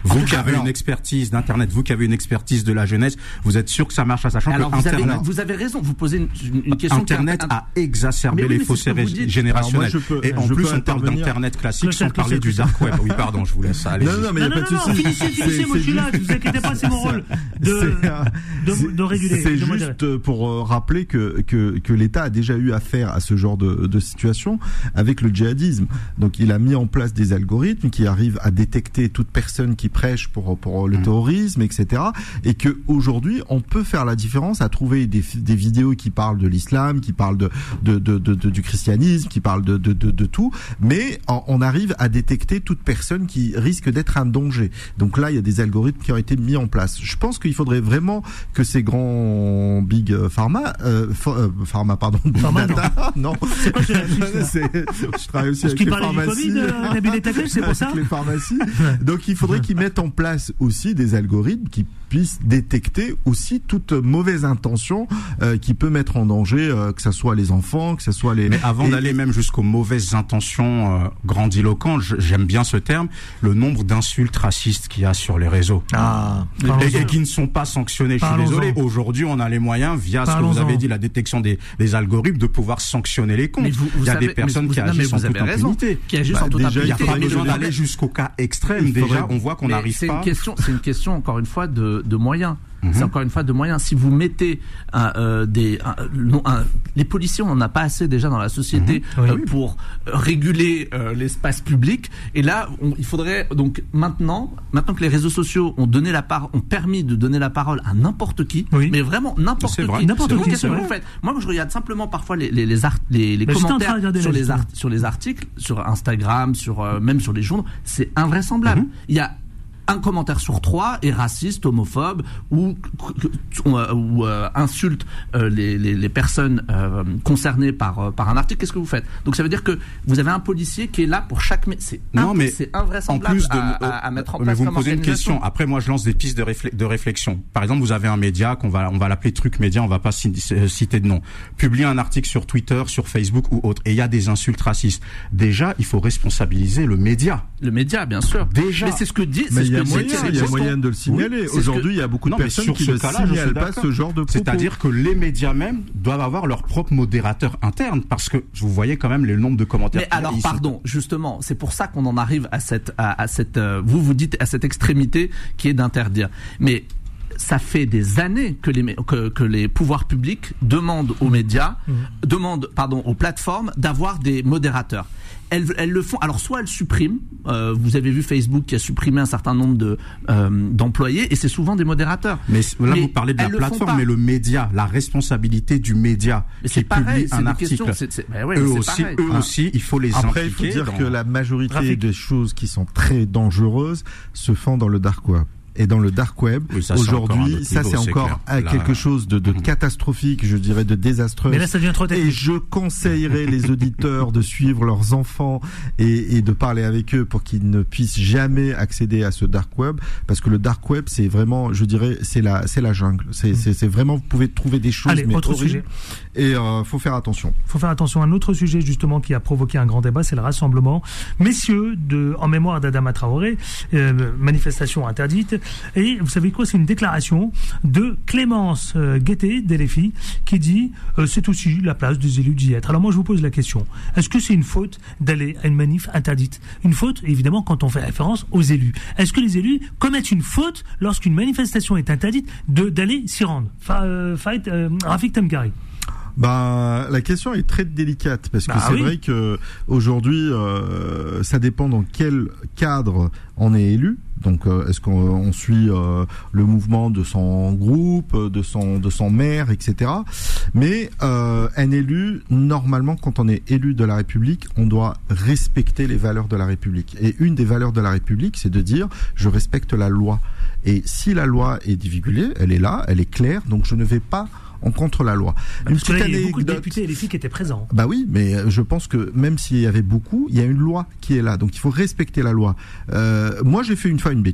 Vous qui avez une expertise d'Internet, vous qui avez une expertise de la jeunesse, vous êtes sûr que ça marche, sachant alors, que vous Internet, avez, vous avez raison, vous posez une, une question. Internet a exacerbé oui, les fossés générationnels. Moi, peux, et en plus, on parle d'Internet classique sans parler du dark web. Oui, pardon, je vous laisse aller. Non, non, mais il n'y a pas de souci. Finissez, finissez, moi je suis là, ne vous inquiétez pas, c'est mon rôle de, de, de réguler. C'est juste pour rappeler que, que, que l'État a déjà eu affaire à ce genre de, de situation avec le djihadisme. Donc, il a mis en place des algorithmes qui arrivent à détecter toute personne qui prêche pour, pour le terrorisme, et cetera. Et que aujourd'hui, on peut faire la différence à trouver des, des vidéos qui parlent de l'islam, qui parlent de, de, de, de, de du christianisme, qui parlent de, de, de, de tout, mais on arrive à détecter toute personne qui risque d'être un danger. Donc là, il y a des algorithmes qui ont été mis en place. Je pense qu'il faudrait vraiment que ces grands big pharma, euh, pharma, pardon, pharma, data, non, non. C'est pas c'est, je travaille aussi Parce avec les pharmacies. Du COVID, Nabil Etagel, c'est pour ça. Avec les pharmacies. Donc il faudrait qu'ils mettent en place aussi des algorithmes qui puissent détecter aussi toute mauvaise intention euh, qui peut mettre en danger, euh, que ce soit les enfants, que ce soit les... Mais avant et... d'aller même jusqu'aux mauvaises intentions euh, grandiloquentes, j'aime bien ce terme, le nombre d'insultes racistes qu'il y a sur les réseaux. Ah, et, et qui ne sont pas sanctionnées. Je suis désolé, aujourd'hui on a les moyens, via ce que vous avez dit, la détection des, des algorithmes, de pouvoir sanctionner les comptes. Vous, vous il y a savez, des personnes vous, qui non, agissent en toute impunité. Qui agissent bah, en toute impunité. Il n'y a pas besoin d'aller jusqu'au cas extrême. Déjà, on voit qu'on n'arrive pas... Une question, c'est une question, encore une fois, de, de moyens. Mmh. C'est encore une fois de moyens. Si vous mettez un, euh, des, un, non, un, les policiers, on n'en a pas assez déjà dans la société mmh. euh, oui. pour réguler euh, l'espace public. Et là, on, il faudrait donc maintenant, maintenant que les réseaux sociaux ont donné la part, ont permis de donner la parole à n'importe qui, oui. mais vraiment n'importe qui. Vrai, n'importe qui. Qu'est-ce que vous faites ? Moi, je regarde simplement parfois les les les, art, les, les commentaires sur les art, sur les articles, sur Instagram, sur euh, même sur les journaux. C'est invraisemblable. Mmh. Il y a un commentaire sur trois est raciste, homophobe ou, ou, ou euh, insulte euh, les, les, les personnes euh, concernées par, euh, par un article. Qu'est-ce que vous faites ? Donc ça veut dire que vous avez un policier qui est là pour chaque... C'est, non, imp- mais c'est invraisemblable en plus de, à, à, à mettre en place. Mais vous me posez une question. Après, moi, je lance des pistes de, réfl- de réflexion. Par exemple, vous avez un média qu'on va, on va l'appeler Truc Média, on va pas citer de nom. Publie un article sur Twitter, sur Facebook ou autre, et il y a des insultes racistes. Déjà, il faut responsabiliser le média. Le média, bien sûr. Déjà. Mais c'est ce que dit... Mais il y a moyen, il y a moyen de le signaler. Oui, Aujourd'hui, il y a beaucoup de non, personnes qui ne signalent pas ce genre de propos. C'est-à-dire que les médias même doivent avoir leur propre modérateur interne, parce que vous voyez quand même le nombre de commentaires. Mais alors, pardon, sont... justement, c'est pour ça qu'on en arrive à cette, à, à cette, euh, vous vous dites à cette extrémité qui est d'interdire. Mais ça fait des années que les, que, que les pouvoirs publics demandent aux médias, mmh. demandent, pardon, aux plateformes d'avoir des modérateurs. Elles, elles le font. Alors, soit elles suppriment. Euh, vous avez vu Facebook qui a supprimé un certain nombre de euh, d'employés, et c'est souvent des modérateurs. Mais là, mais vous parlez de la plateforme, mais le média, la responsabilité du média mais qui c'est pareil, publie un article. C'est, c'est, bah ouais, eux c'est aussi, pareil. eux ah. aussi, il faut les Après, impliquer. il faut dire dans... que la majorité Graphique. des choses qui sont très dangereuses se font dans le dark web. Et dans le dark web, oui, ça, aujourd'hui, c'est ça c'est encore c'est quelque là... chose de, de mmh. catastrophique, je dirais de désastreux. Mais là, ça devient trop technique. Et je conseillerais les auditeurs de suivre leurs enfants et, et de parler avec eux pour qu'ils ne puissent jamais accéder à ce dark web, parce que le dark web, c'est vraiment, je dirais, c'est la, c'est la jungle. C'est, mmh. c'est, c'est vraiment, vous pouvez trouver des choses, Allez, mais autre horribles. Sujet. Et euh, faut faire attention. Faut faire attention. Un autre sujet justement qui a provoqué un grand débat, c'est le rassemblement, messieurs, de en mémoire d'Adama Traoré, euh, manifestation interdite. Et vous savez quoi, c'est une déclaration de Clémence euh, Guettet d'Elefi qui dit euh, c'est aussi la place des élus d'y être. Alors moi je vous pose la question, est-ce que c'est une faute d'aller à une manif interdite ? Une faute évidemment quand on fait référence aux élus. Est-ce que les élus commettent une faute lorsqu'une manifestation est interdite de, d'aller s'y rendre ? Fa, euh, Faïd, euh, Rafik Temkari. Bah, la question est très délicate parce que bah, c'est oui. vrai que aujourd'hui, euh, ça dépend dans quel cadre on est élu. Donc, euh, est-ce qu'on on suit euh, le mouvement de son groupe, de son de son maire, et cetera. Mais euh, un élu, normalement, quand on est élu de la République, on doit respecter les valeurs de la République. Et une des valeurs de la République, c'est de dire je respecte la loi. Et si la loi est divulguée, elle est là, elle est claire, donc je ne vais pas en contre la loi. Bah, une petite là, il y a beaucoup de députés et les filles qui étaient présents. Bah oui, mais je pense que même s'il y avait beaucoup, il y a une loi qui est là. Donc il faut respecter la loi. Euh, moi, j'ai fait une fois une bêtise.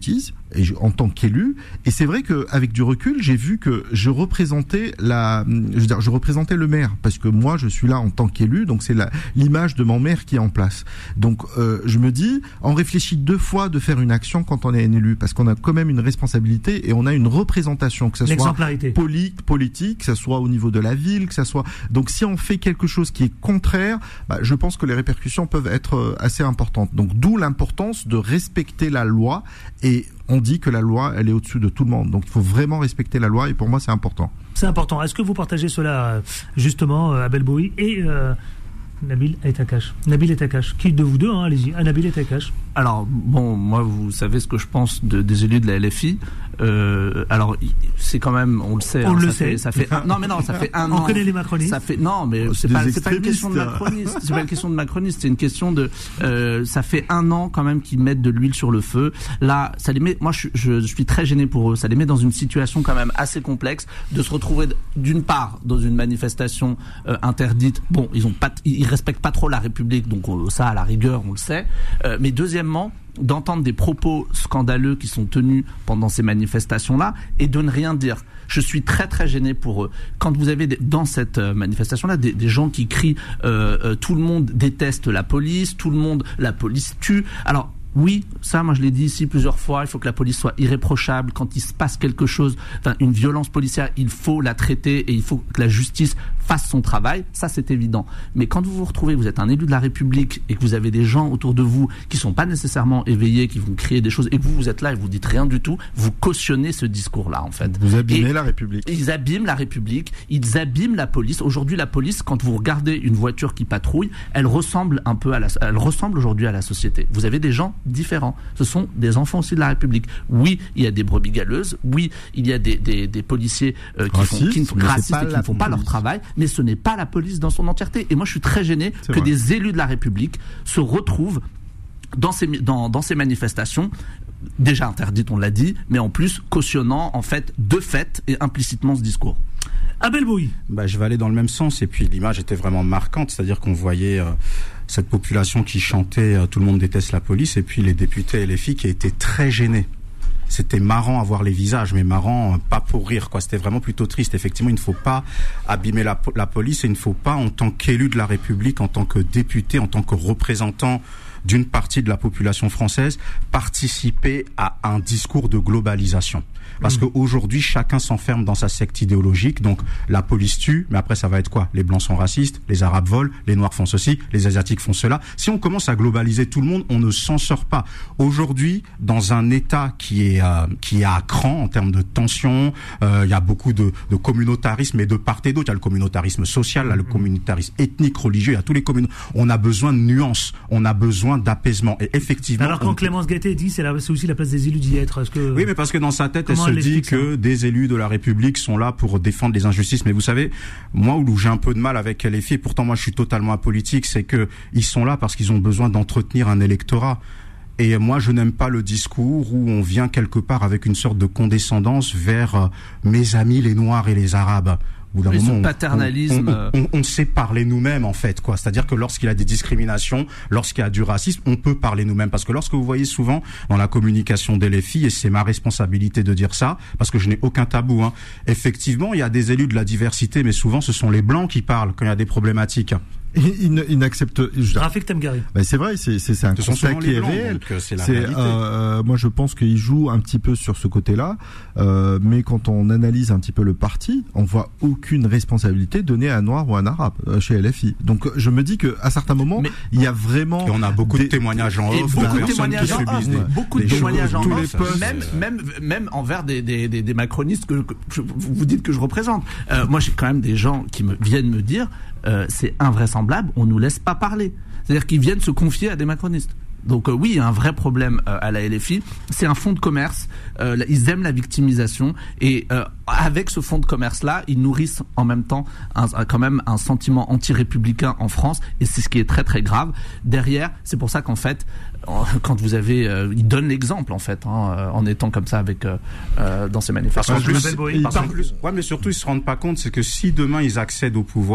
et je, en tant qu'élu. Et c'est vrai qu'avec du recul, j'ai vu que je représentais la, je veux dire, je représentais le maire, parce que moi, je suis là en tant qu'élu, donc c'est la, l'image de mon maire qui est en place. Donc, euh, je me dis, on réfléchit deux fois de faire une action quand on est un élu, parce qu'on a quand même une responsabilité et on a une représentation, que ça soit poli- politique, que ça soit au niveau de la ville, que ça soit. Donc, si on fait quelque chose qui est contraire, bah, je pense que les répercussions peuvent être assez importantes. Donc, d'où l'importance de respecter la loi. Et on dit que la loi, elle est au-dessus de tout le monde. Donc, il faut vraiment respecter la loi. Et pour moi, c'est important. C'est important. Est-ce que vous partagez cela, justement, Abel Bowie et euh, Nabil Aytakash? Nabil Aytakash. Qui de vous deux, hein, allez-y. Ah, Nabil Aytakash. Alors, bon, moi, vous savez ce que je pense de, des élus de la L F I. Euh, alors, c'est quand même, on le sait. On hein, le ça sait. Fait, ça fait un, non, mais non, ça fait un on an. On connaît les macronistes. Ça fait, non, mais oh, c'est, c'est pas, c'est pas une question de macroniste. C'est pas une question de macroniste. C'est une question de, euh, ça fait un an quand même qu'ils mettent de l'huile sur le feu. Là, ça les met, moi, je, je, je suis très gêné pour eux. Ça les met dans une situation quand même assez complexe de se retrouver d'une part dans une manifestation euh, interdite. Bon, ils ont pas, ils respectent pas trop la République, donc on, ça, à la rigueur, on le sait. Euh, mais deuxièmement, d'entendre des propos scandaleux qui sont tenus pendant ces manifestations-là et de ne rien dire. Je suis très très gêné pour eux. Quand vous avez des, dans cette euh, manifestation-là des, des gens qui crient euh, euh, tout le monde déteste la police, tout le monde, la police tue. Alors, oui, ça, moi je l'ai dit ici plusieurs fois, il faut que la police soit irréprochable. Quand il se passe quelque chose, enfin une violence policière, il faut la traiter et il faut que la justice fasse son travail. Ça, c'est évident. Mais quand vous vous retrouvez, vous êtes un élu de la République et que vous avez des gens autour de vous qui sont pas nécessairement éveillés, qui vont crier des choses et que vous, vous êtes là et vous dites rien du tout, vous cautionnez ce discours-là, en fait. Vous abîmez et la République. Ils abîment la République, ils abîment la police. Aujourd'hui, la police, quand vous regardez une voiture qui patrouille, elle ressemble un peu à la, elle ressemble aujourd'hui à la société. Vous avez des gens différents. Ce sont des enfants aussi de la République. Oui, il y a des brebis galeuses. Oui, il y a des, des, des policiers euh, qui, racistes, font, qui, ne font, racistes et qui ne font pas leur travail. Mais ce n'est pas la police dans son entièreté. Et moi, je suis très gêné c'est que vrai. des élus de la République se retrouvent dans ces, dans, dans ces manifestations, déjà interdites, on l'a dit, mais en plus cautionnant, en fait, de fait et implicitement ce discours. Abel Bowie. Bah, je vais aller dans le même sens. Et puis l'image était vraiment marquante, c'est-à-dire qu'on voyait euh, cette population qui chantait euh, tout le monde déteste la police, et puis les députés et les filles qui étaient très gênés. C'était marrant à voir les visages, mais marrant, euh, pas pour rire, quoi. C'était vraiment plutôt triste. Effectivement, il ne faut pas abîmer la, la police, et il ne faut pas, en tant qu'élu de la République, en tant que député, en tant que représentant d'une partie de la population française, participer à un discours de globalisation. Parce mmh. qu'aujourd'hui, chacun s'enferme dans sa secte idéologique. Donc, la police tue, mais après, ça va être quoi? Les Blancs sont racistes, les Arabes volent, les Noirs font ceci, les Asiatiques font cela. Si on commence à globaliser tout le monde, on ne s'en sort pas. Aujourd'hui, dans un État qui est euh, qui est à cran en termes de tension, euh, il y a beaucoup de, de communautarisme et de part et d'autre. Il y a le communautarisme social, là, le communautarisme ethnique, religieux. Il y a tous les communautarismes. On a besoin de nuances, on a besoin d'apaisement. Et effectivement. Alors quand on... Clémence Gaëté dit c'est, la, c'est aussi la place des élus d'y être. Est-ce que... Oui, mais parce que dans sa tête, Comment elle se dit que ça des élus de la République sont là pour défendre les injustices. Mais vous savez, moi où j'ai un peu de mal avec les filles, pourtant moi je suis totalement apolitique, c'est que ils sont là parce qu'ils ont besoin d'entretenir un électorat. Et moi, je n'aime pas le discours où on vient quelque part avec une sorte de condescendance vers euh, mes amis les Noirs et les Arabes. Au bout d'un Mais moment, ce paternalisme, on, on, on, on sait parler nous-mêmes en fait, quoi. C'est-à-dire que lorsqu'il y a des discriminations, lorsqu'il y a du racisme, on peut parler nous-mêmes. Parce que lorsque vous voyez souvent dans la communication des L F I, et c'est ma responsabilité de dire ça, parce que je n'ai aucun tabou, hein, effectivement, il y a des élus de la diversité, mais souvent ce sont les Blancs qui parlent quand il y a des problématiques. Il, il n'accepte. Rafik Temgari. Ben c'est vrai, c'est c'est, c'est un Ce constat qui est blancs, réel. Donc, c'est la c'est, réalité. Euh, moi, je pense qu'il joue un petit peu sur ce côté-là, euh, mais quand on analyse un petit peu le parti, on voit aucune responsabilité donnée à un Noir ou à un Arabe euh, chez L F I. Donc, je me dis que à certains moments, mais, il y a vraiment. Et on a beaucoup des, de témoignages en off, beaucoup de témoignages en off, des, beaucoup de des témoignages en off, postes, même même même envers des des des, des macronistes que, que je, vous dites que je représente. Euh, moi, j'ai quand même des gens qui me viennent me dire. Euh, c'est invraisemblable, on nous laisse pas parler. C'est-à-dire qu'ils viennent se confier à des macronistes. Donc euh, oui, il y a un vrai problème euh, à la L F I. C'est un fonds de commerce. Euh, ils aiment la victimisation et euh, avec ce fonds de commerce-là, ils nourrissent en même temps un, un, quand même un sentiment anti-républicain en France et c'est ce qui est très très grave. Derrière, c'est pour ça qu'en fait, quand vous avez, euh, ils donnent l'exemple en fait, hein, en étant comme ça avec euh, euh, dans ces manifestations. Parce qu'en plus, ils, parce plus, ouais, mais surtout ils se rendent pas compte, c'est que si demain ils accèdent au pouvoir,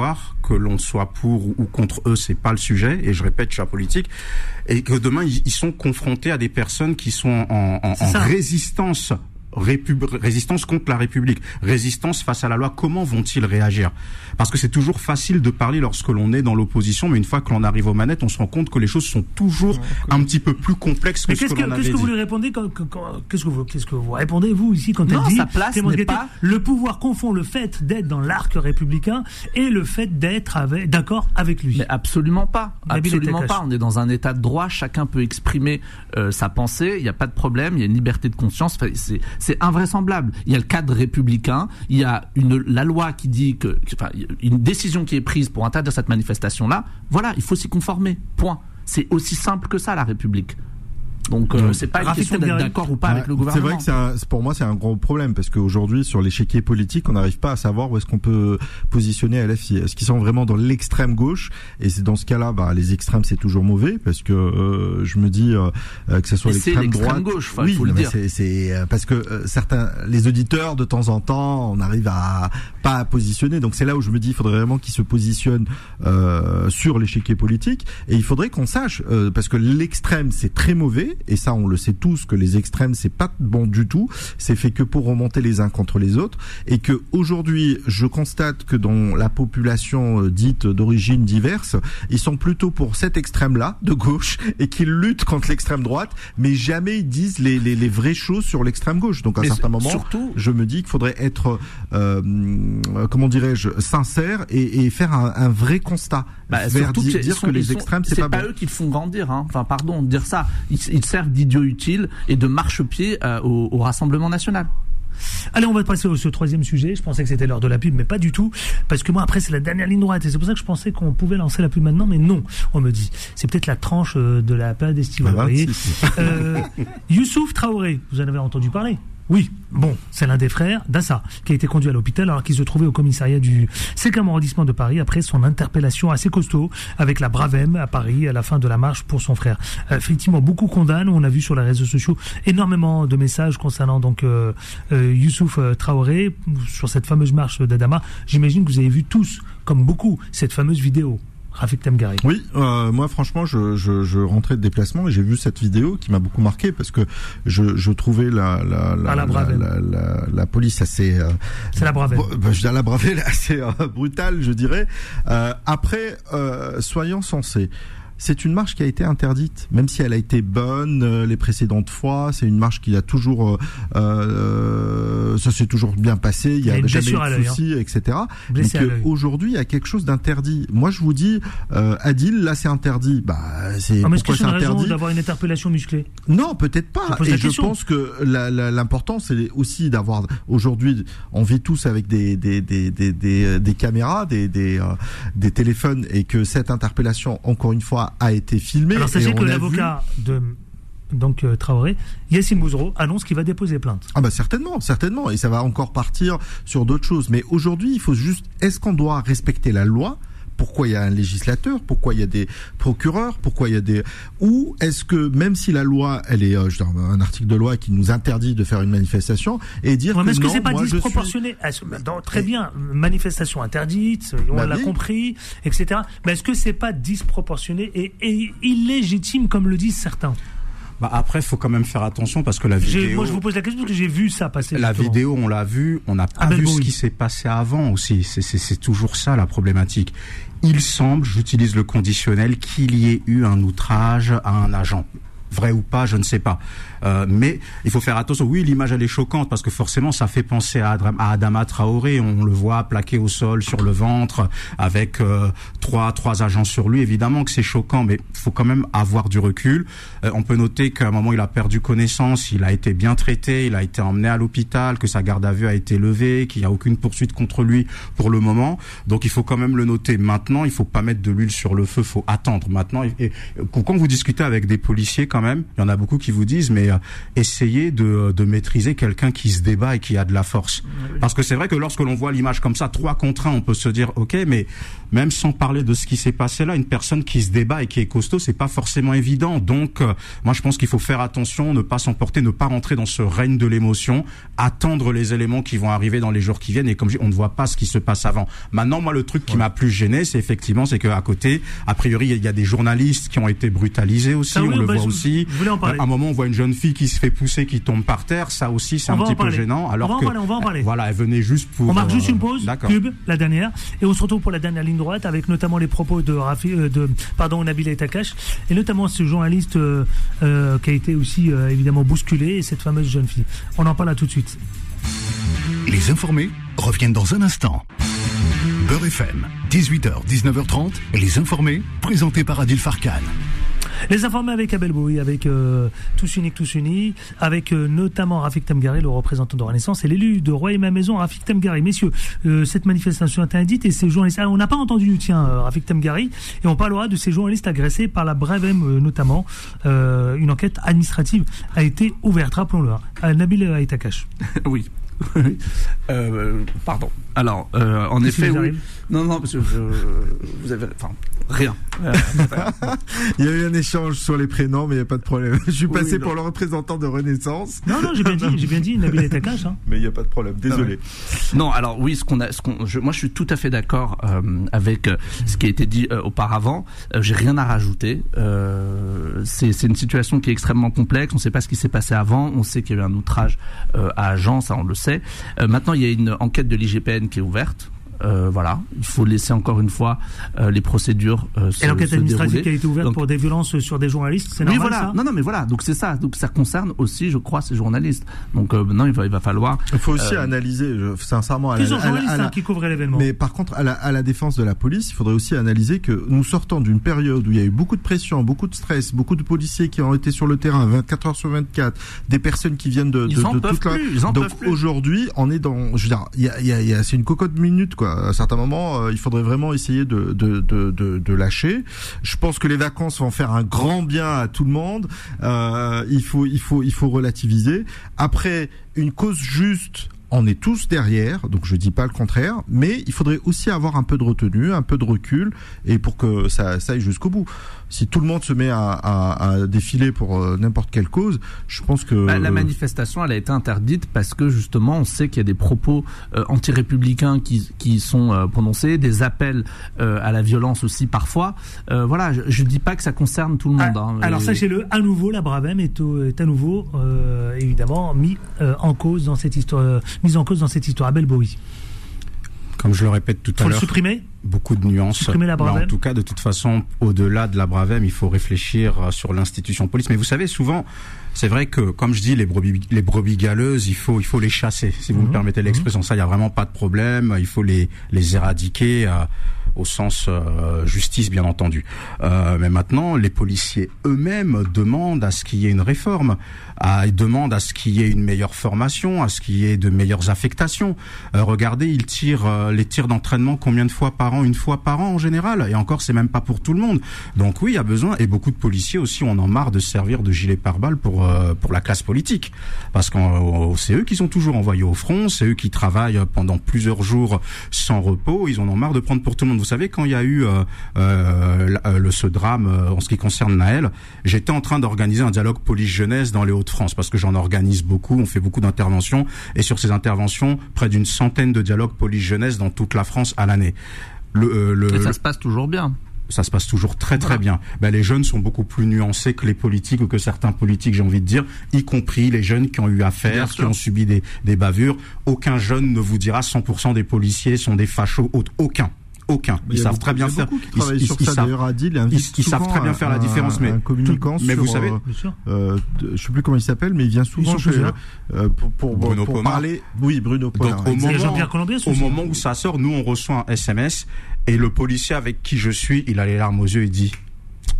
que l'on soit pour ou contre eux, c'est pas le sujet. Et je répète, je suis apolitique. Et que demain, ils sont confrontés à des personnes qui sont en, en, en résistance. Répub- résistance contre la République, résistance face à la loi, comment vont-ils réagir? Parce que c'est toujours facile de parler lorsque l'on est dans l'opposition, mais une fois que l'on arrive aux manettes, on se rend compte que les choses sont toujours un petit peu plus complexes que mais ce que, que l'on avait Qu'est-ce que dit. vous lui répondez quand, quand, quand, qu'est-ce que vous, qu'est-ce que vous répondez, vous, ici, quand non, elle dit, sa place n'est pas... le pouvoir confond le fait d'être dans l'arc républicain et le fait d'être avec, d'accord avec lui? Mais absolument pas. Absolument pas. On est dans un état de droit, chacun peut exprimer euh, sa pensée, il n'y a pas de problème, il y a une liberté de conscience, enfin, c'est, c'est invraisemblable. Il y a le cadre républicain, il y a une, la loi qui dit que, enfin, une décision qui est prise pour interdire cette manifestation-là. Voilà, il faut s'y conformer. Point. C'est aussi simple que ça, la République. Donc euh, c'est pas une question d'être d'accord ou pas ouais, avec le gouvernement. C'est vrai que c'est un, pour moi c'est un gros problème parce qu'aujourd'hui sur l'échiquier politique on n'arrive pas à savoir où est-ce qu'on peut positionner L F I. Est-ce qu'ils sont vraiment dans l'extrême gauche? Et c'est dans ce cas-là, bah les extrêmes c'est toujours mauvais parce que euh, je me dis euh, que ce soit et l'extrême, l'extrême droite. Gauche, oui, il faut le dire. C'est, c'est parce que euh, certains les auditeurs de temps en temps on arrive à pas à positionner. Donc c'est là où je me dis il faudrait vraiment qu'ils se positionnent euh, sur l'échiquier politique et il faudrait qu'on sache euh, parce que l'extrême c'est très mauvais et ça on le sait tous que les extrêmes c'est pas bon du tout, c'est fait que pour remonter les uns contre les autres et que aujourd'hui je constate que dans la population euh, dite d'origine diverse, ils sont plutôt pour cet extrême là de gauche et qu'ils luttent contre l'extrême droite, mais jamais ils disent les les, les vraies choses sur l'extrême gauche. Donc à un certain moment, surtout, je me dis qu'il faudrait être euh, comment dirais-je sincère et, et faire un, un vrai constat. Bah, vers surtout dire, que dire sont, que les sont, extrêmes c'est, c'est pas, pas bon. eux qui le font grandir, hein. Enfin pardon de dire ça, ils, ils servent d'idiots utiles et de marchepied euh, au, au Rassemblement national. Allez, on va passer au ce troisième sujet. Je pensais que c'était l'heure de la pub, mais pas du tout, parce que moi après c'est la dernière ligne droite et c'est pour ça que je pensais qu'on pouvait lancer la pub maintenant, mais non. On me dit, c'est peut-être la tranche de la période estivale. Ah, vous voyez. Euh, Youssouf Traoré, vous en avez entendu parler? Oui, bon, c'est l'un des frères d'Assa qui a été conduit à l'hôpital alors qu'il se trouvait au commissariat du cinquième arrondissement de Paris après son interpellation assez costaud avec la Bravem à Paris à la fin de la marche pour son frère. Euh, effectivement, beaucoup condamnent. On a vu sur les réseaux sociaux énormément de messages concernant donc euh, euh, Youssouf Traoré sur cette fameuse marche d'Adama. J'imagine que vous avez vu tous, comme beaucoup, cette fameuse vidéo. Rafik Temgari. Oui, euh, moi franchement, je, je, je rentrais de déplacement et j'ai vu cette vidéo qui m'a beaucoup marqué parce que je, je trouvais la la la, la, la, la, la, la police assez. Euh, C'est la Bravelle. Bah, je dis la Bravelle assez euh, brutale, je dirais. Euh, après, euh, soyons sensés. C'est une marche qui a été interdite, même si elle a été bonne euh, les précédentes fois. C'est une marche qui a toujours, euh, euh, ça s'est toujours bien passé. Il y a, il y a jamais eu de soucis, hein. et cetera. Blessé Mais qu'aujourd'hui, il y a quelque chose d'interdit. Moi, je vous dis, euh, Adil, là, c'est interdit. Bah, c'est ah, mais pourquoi est-ce que c'est, c'est interdit raison d'avoir une interpellation musclée? Non, peut-être pas. Je Et je pense que la, la, l'important, c'est aussi d'avoir. Aujourd'hui, on vit tous avec des des des des des, des caméras, des des euh, des téléphones, et que cette interpellation, encore une fois, a été filmé. Alors sachez que l'avocat vu... de donc euh, Traoré, Yassine Bouzrou, annonce qu'il va déposer plainte. Ah bah certainement, certainement, et ça va encore partir sur d'autres choses. Mais aujourd'hui, il faut juste, est-ce qu'on doit respecter la loi? Pourquoi il y a un législateur? Pourquoi il y a des procureurs? Pourquoi il y a des... Ou est-ce que même si la loi, elle est euh, je veux dire, un article de loi qui nous interdit de faire une manifestation et dire ouais, que mais est-ce non, que c'est pas moi, disproportionné je suis... dans, Très et... bien, manifestation interdite, on bah l'a oui. compris, et cetera. Mais est-ce que c'est pas disproportionné et, et illégitime comme le disent certains? Bah après, faut quand même faire attention parce que la vidéo. J'ai, moi, je vous pose la question parce que j'ai vu ça passer. La justement. vidéo, on l'a vu, on n'a pas ah, vu ce qui s'est passé avant aussi. C'est, c'est, c'est toujours ça la problématique. Il semble, j'utilise le conditionnel, qu'il y ait eu un outrage à un agent. Vrai ou pas, je ne sais pas. Euh, mais il faut faire attention. Oui, l'image elle est choquante parce que forcément ça fait penser à, Adram, à Adama Traoré. On le voit plaqué au sol sur le ventre avec euh, trois trois agents sur lui. Évidemment que c'est choquant, mais il faut quand même avoir du recul. Euh, on peut noter qu'à un moment il a perdu connaissance, il a été bien traité, il a été emmené à l'hôpital, que sa garde à vue a été levée, qu'il n'y a aucune poursuite contre lui pour le moment. Donc il faut quand même le noter. Maintenant, il faut pas mettre de l'huile sur le feu, faut attendre. Maintenant, et, et, quand vous discutez avec des policiers, quand même. Il y en a beaucoup qui vous disent, mais euh, essayez de, de maîtriser quelqu'un qui se débat et qui a de la force. Oui. Parce que c'est vrai que lorsque l'on voit l'image comme ça, trois contre un, on peut se dire, ok, mais même sans parler de ce qui s'est passé là, une personne qui se débat et qui est costaud, c'est pas forcément évident. Donc, euh, moi, je pense qu'il faut faire attention, ne pas s'emporter, ne pas rentrer dans ce règne de l'émotion, attendre les éléments qui vont arriver dans les jours qui viennent. Et comme je dis, on ne voit pas ce qui se passe avant. Maintenant, moi, le truc qui ouais. m'a plus gêné, c'est effectivement, c'est qu'à côté, a priori, il y a des journalistes qui ont été brutalisés aussi. Ça, oui, on le bah, voit je, aussi. Je à un moment, on voit une jeune fille qui se fait pousser, qui tombe par terre. Ça aussi, c'est on un petit peu gênant. Alors on va que, en parler, on va en parler. Voilà, elle venait juste pour. On marque juste une pause. D'accord. Pub, la dernière, et on se retrouve pour la dernière ligne droite avec notamment les propos de Rafi, euh, de pardon, Nabila Etakash, et notamment ce journaliste euh, euh, qui a été aussi euh, évidemment bousculé, et cette fameuse jeune fille. On en parle là tout de suite. Les informés reviennent dans un instant. Beurre F M, dix-huit heures, dix-neuf heures trente, les informés, présentés par Adil Farkan. Les informés avec Abel Boui, avec euh, Tous Unis, Tous Unis, avec euh, notamment Rafik Temgari, le représentant de Renaissance, et l'élu de Roi et ma maison, Rafik Temgari. Messieurs, euh, cette manifestation interdite et ces journalistes... Ah, on n'a pas entendu, tiens, euh, Rafik Temgari, et on parlera de ces journalistes agressés par la Brevem, euh, notamment. Euh, une enquête administrative a été ouverte, rappelons-le. Hein. Nabil Etakash. Oui. euh, pardon. Alors, euh, en effet, oui. Non, non, parce que je, vous avez, enfin, rien. Il y a eu un échange sur les prénoms, mais il n'y a pas de problème. Je suis passé oui, pour le représentant de Renaissance. Non, non, j'ai bien dit, j'ai bien dit, Nabil Etakash. Hein. Mais il n'y a pas de problème. Désolé. Ah ouais. Non, alors oui, ce qu'on a, ce qu'on, je, moi, je suis tout à fait d'accord euh, avec euh, ce qui a été dit euh, auparavant. Euh, j'ai rien à rajouter. Euh, c'est, c'est une situation qui est extrêmement complexe. On ne sait pas ce qui s'est passé avant. On sait qu'il y a eu un outrage euh, à Agen, ça, on le sait. Euh, maintenant, il y a une enquête de l'I G P N qui est ouverte. Euh, voilà, il faut laisser encore une fois euh, les procédures euh, se, et l'enquête se administrative dérouler. Qui a été ouverte donc, pour des violences sur des journalistes, c'est normal, oui, voilà. ça Non, non, mais voilà. Donc c'est ça. Donc ça concerne aussi, je crois, ces journalistes. Donc euh, maintenant, il va, il va falloir. Il faut aussi euh, analyser, je, sincèrement, à la, plusieurs journalistes à la, hein, qui couvrent l'événement. Mais par contre, à la, à la défense de la police, il faudrait aussi analyser que nous sortons d'une période où il y a eu beaucoup de pression, beaucoup de stress, beaucoup de policiers qui ont été sur le terrain vingt-quatre heures sur vingt-quatre, des personnes qui viennent de, de, de, de toute la. Ils en Donc aujourd'hui, on est dans, je veux dire, il y a, il y a, il y a, c'est une cocotte minute quoi. À certains moments, euh, il faudrait vraiment essayer de, de, de, de, de lâcher. Je pense que les vacances vont faire un grand bien à tout le monde. Euh, il faut, il faut, il faut relativiser. Après, une cause juste, on est tous derrière, donc je dis pas le contraire, mais il faudrait aussi avoir un peu de retenue, un peu de recul, et pour que ça, ça aille jusqu'au bout. Si tout le monde se met à, à, à défiler pour euh, n'importe quelle cause, je pense que... Bah, la manifestation, elle a été interdite parce que justement, on sait qu'il y a des propos euh, anti-républicains qui, qui sont euh, prononcés, des appels euh, à la violence aussi parfois. Euh, voilà, je ne dis pas que ça concerne tout le monde. Ah, hein, alors et... sachez-le, à nouveau, la Brabem est, au, est à nouveau, euh, évidemment, mis euh, en cause dans cette histoire, euh, mise en cause dans cette histoire. Abel Boui. Comme je le répète tout faut à l'heure, le supprimer beaucoup de nuances. Supprimer la Brabem. En tout cas, de toute façon, au-delà de la Brabem, il faut réfléchir sur l'institution police. Mais vous savez, souvent, c'est vrai que, comme je dis, les brebis, les brebis galeuses, il faut, il faut les chasser. Si vous mmh. me permettez l'expression, ça, il y a vraiment pas de problème. Il faut les, les éradiquer. Euh, au sens euh, justice, bien entendu. Euh, mais maintenant, les policiers eux-mêmes demandent à ce qu'il y ait une réforme, à, ils demandent à ce qu'il y ait une meilleure formation, à ce qu'il y ait de meilleures affectations. Euh, regardez, ils tirent euh, les tirs d'entraînement combien de fois par an? Une fois par an en général. Et encore, c'est même pas pour tout le monde. Donc oui, il y a besoin. Et beaucoup de policiers aussi, on en marre de servir de gilet pare-balles pour euh, pour la classe politique, parce que euh, c'est eux qui sont toujours envoyés au front, c'est eux qui travaillent pendant plusieurs jours sans repos. Ils en ont marre de prendre pour tout le monde. Vous savez, quand il y a eu euh, euh, le, ce drame euh, en ce qui concerne Naël, j'étais en train d'organiser un dialogue police-jeunesse dans les Hauts-de-France, parce que j'en organise beaucoup, on fait beaucoup d'interventions, et sur ces interventions, près d'une centaine de dialogues police-jeunesse dans toute la France à l'année. Le, euh, le, et ça le... se passe toujours bien. Ça se passe toujours très très bien. Ben, les jeunes sont beaucoup plus nuancés que les politiques, ou que certains politiques, j'ai envie de dire, y compris les jeunes qui ont eu affaire, qui ont subi des, des bavures. Aucun jeune ne vous dira cent pour cent des policiers sont des fachos. Aucun. Aucun. Ils savent très bien faire. Ils, ils, ils, ils, savent, Adil, ils, ils savent très bien faire la différence, mais un communicant mais sur, vous savez, euh, je sais plus comment il s'appelle, mais il vient souvent chez, euh, pour, pour, Bruno pour parler. Oui, Bruno Pollard. Donc, au moment, au moment où ça sort, nous on reçoit un S M S et le policier avec qui je suis, il a les larmes aux yeux et dit: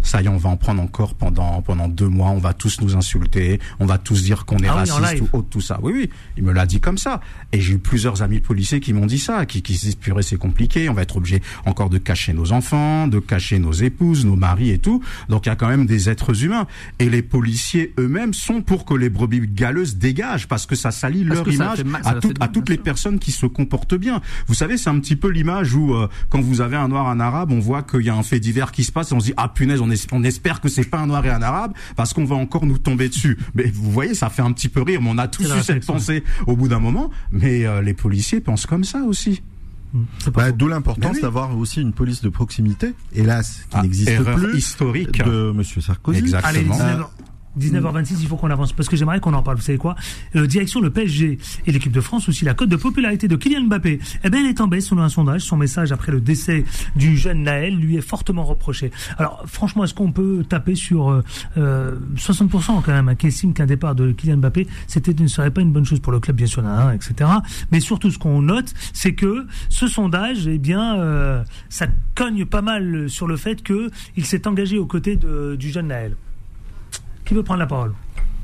ça y est, on va en prendre encore pendant pendant deux mois, on va tous nous insulter, on va tous dire qu'on est ah raciste oui, ou autre, tout ça. Oui, oui, il me l'a dit comme ça. Et j'ai eu plusieurs amis policiers qui m'ont dit ça, qui, qui se disent, purée, c'est compliqué, on va être obligé encore de cacher nos enfants, de cacher nos épouses, nos maris et tout. Donc il y a quand même des êtres humains. Et les policiers eux-mêmes sont pour que les brebis galeuses dégagent, parce que ça salit parce leur image mal, à, tout, à toutes les personnes qui se comportent bien. Vous savez, c'est un petit peu l'image où, euh, quand vous avez un noir, un arabe, on voit qu'il y a un fait divers qui se passe et on se dit, ah punaise, on, est, on espère que c'est pas un noir et un arabe, parce qu'on va encore nous tomber dessus. Mais vous voyez, ça fait un petit peu rire, mais on a tous eu cette pensée au bout d'un moment, mais euh, les policiers pensent comme ça aussi. Bah, d'où l'importance oui. d'avoir aussi une police de proximité, hélas, qui ah, n'existe plus, historique de Monsieur Sarkozy. Exactement. Allez, dix-neuf heures vingt-six, il faut qu'on avance parce que j'aimerais qu'on en parle. Vous savez quoi, euh, direction le P S G et l'équipe de France aussi. La cote de popularité de Kylian Mbappé, eh ben elle est en baisse selon un sondage. Son message après le décès du jeune Naël lui est fortement reproché. Alors franchement, est-ce qu'on peut taper sur euh, soixante pour cent quand même, hein, qui estime qu'un départ de Kylian Mbappé c'était ne serait pas une bonne chose pour le club, bien sûr, hein, et cetera. Mais surtout, ce qu'on note, c'est que ce sondage, eh bien, euh, ça cogne pas mal sur le fait que il s'est engagé aux côtés de, du jeune Naël. Qui veut prendre la parole?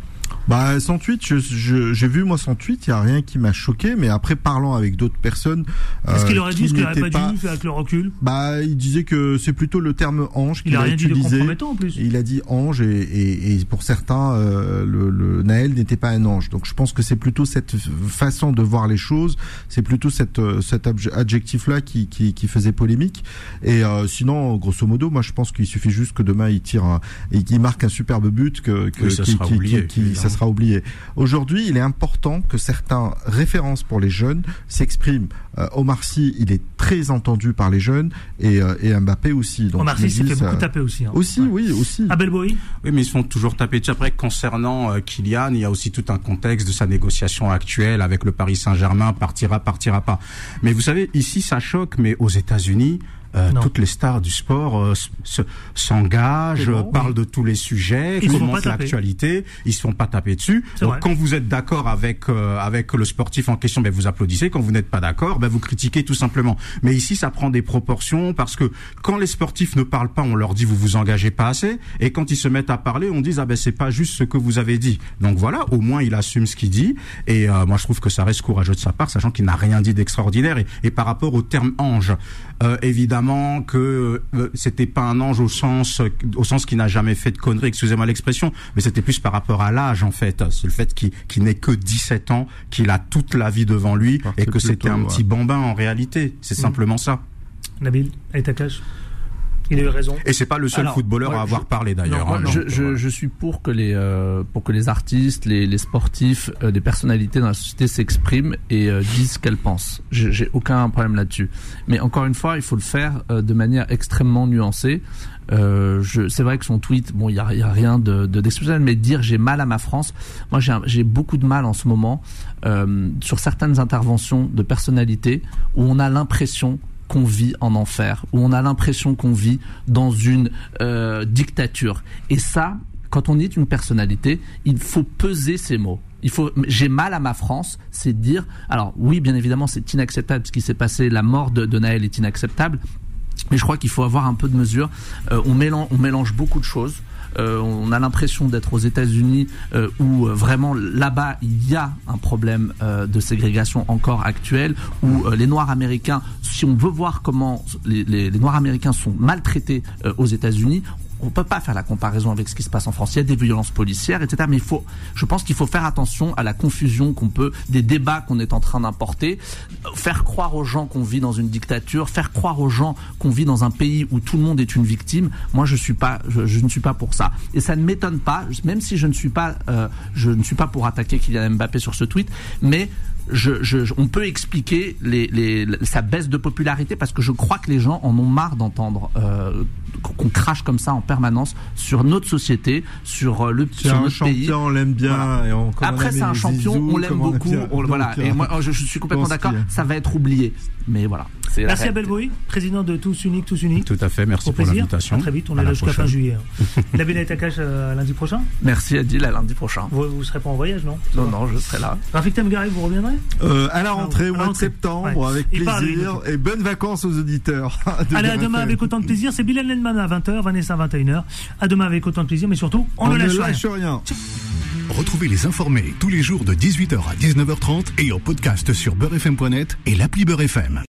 Bah, son tweet, je, je, j'ai vu moi son tweet, il n'y a rien qui m'a choqué, mais après parlant avec d'autres personnes. Est-ce euh, qu'il aurait dit ce qu'il n'aurait pas, pas dû avec le recul? Bah, il disait que c'est plutôt le terme ange qu'il il a, a rien utilisé. Dit de compromettant en plus. Il a dit ange et, et, et pour certains, euh, le, le Naël n'était pas un ange. Donc je pense que c'est plutôt cette façon de voir les choses, c'est plutôt cette, cet adjectif-là qui, qui, qui faisait polémique. Et euh, sinon, grosso modo, moi je pense qu'il suffit juste que demain il tire un, et qu'il marque un superbe but, que, que oui, ça qui, sera qui, oublié. Qui, qui, ça sera oublié. Aujourd'hui, il est important que certains références pour les jeunes s'expriment. Euh, Omar Sy, il est très entendu par les jeunes et, euh, et Mbappé aussi. Donc, Omar Sy s'est fait ça... beaucoup taper aussi. Hein. Aussi, ouais. oui, aussi. Abel Boy. Oui, mais ils se font toujours taper dessus. Après, concernant euh, Kylian, il y a aussi tout un contexte de sa négociation actuelle avec le Paris Saint-Germain, partira, partira pas. Mais vous savez, ici, ça choque, mais aux États-Unis, Euh, toutes les stars du sport euh, se, s'engagent, bon, parlent oui. de tous les sujets, commentent l'actualité, ils se font pas taper dessus. C'est Donc vrai. Quand vous êtes d'accord avec euh, avec le sportif en question, ben vous applaudissez. Quand vous n'êtes pas d'accord, ben vous critiquez tout simplement. Mais ici, ça prend des proportions parce que quand les sportifs ne parlent pas, on leur dit vous vous engagez pas assez, et quand ils se mettent à parler, on dit ah ben c'est pas juste ce que vous avez dit. Donc voilà, au moins il assume ce qu'il dit. Et euh, moi je trouve que ça reste courageux de sa part, sachant qu'il n'a rien dit d'extraordinaire. Et, et par rapport au terme ange, euh, évidemment que euh, c'était pas un ange au sens au sens qu'il n'a jamais fait de conneries, excusez-moi l'expression, mais c'était plus par rapport à l'âge en fait. C'est le fait qu'il, qu'il n'ait que dix-sept ans, qu'il a toute la vie devant lui Parce et que, que c'était un ouais. petit bambin en réalité. C'est mmh. simplement ça. Nabil, Aïtakash. Il a eu raison. Et c'est pas le seul Alors, footballeur ouais, à avoir je, parlé d'ailleurs. Non, hein, je, donc, je, ouais. je suis pour que les euh, pour que les artistes, les, les sportifs, euh, les personnalités dans la société s'expriment et euh, disent ce qu'elles pensent. J'ai, j'ai aucun problème là-dessus. Mais encore une fois, il faut le faire euh, de manière extrêmement nuancée. Euh, je, c'est vrai que son tweet, bon, il y a, y a rien de, de d'exceptionnel, mais dire j'ai mal à ma France, moi j'ai, un, j'ai beaucoup de mal en ce moment euh, sur certaines interventions de personnalités où on a l'impression qu'on vit en enfer, où on a l'impression qu'on vit dans une euh, dictature. Et ça, quand on est une personnalité, il faut peser ses mots. Il faut, j'ai mal à ma France, c'est dire, alors oui, bien évidemment, c'est inacceptable ce qui s'est passé, la mort de, de Naël est inacceptable, mais je crois qu'il faut avoir un peu de mesure. Euh, on mélange, on mélange beaucoup de choses. Euh, on a l'impression d'être aux États-Unis euh, où euh, vraiment là-bas il y a un problème euh, de ségrégation encore actuel, où euh, les Noirs américains, si on veut voir comment les, les, les Noirs américains sont maltraités euh, aux États-Unis, on peut pas faire la comparaison avec ce qui se passe en France. Il y a des violences policières, et cetera. Mais il faut, je pense qu'il faut faire attention à la confusion qu'on peut, des débats qu'on est en train d'importer, faire croire aux gens qu'on vit dans une dictature, faire croire aux gens qu'on vit dans un pays où tout le monde est une victime. Moi, je suis pas, je, je ne suis pas pour ça. Et ça ne m'étonne pas, même si je ne suis pas, euh, je ne suis pas pour attaquer Kylian Mbappé sur ce tweet, mais Je, je, on peut expliquer les, les, sa baisse de popularité parce que je crois que les gens en ont marre d'entendre euh, qu'on crache comme ça en permanence sur notre société, sur le c'est sur un notre champion, pays. On l'aime bien. Voilà. Et on, Après, c'est un champion, Zizou, on l'aime beaucoup. On, voilà. Donc, et moi, je, je suis complètement d'accord. Ça va être oublié. Mais voilà. C'est merci à Belboï, président de Tous Uniques, Tous Unis. Tout à fait, merci pour l'invitation. À très vite, on est là jusqu'à fin juillet. Nabila Takash, euh, lundi prochain. Merci Adil, à lundi prochain. Vous, vous serez pas en voyage, non? Non, non, je serai là. Rafik Temgari, vous reviendrez euh, À la rentrée, au mois de septembre, ouais. avec Il plaisir. Parle, et bonnes vacances aux auditeurs. Allez, à demain avec autant de plaisir. C'est Bilal Nenman à vingt heures, Vanessa à vingt et une heures. À demain avec autant de plaisir, mais surtout, on, on ne lâche, lâche rien. rien. Retrouvez les informés tous les jours de dix-huit heures à dix-neuf heures trente et en podcast sur beurre f m point net et l'appli Beurre F M.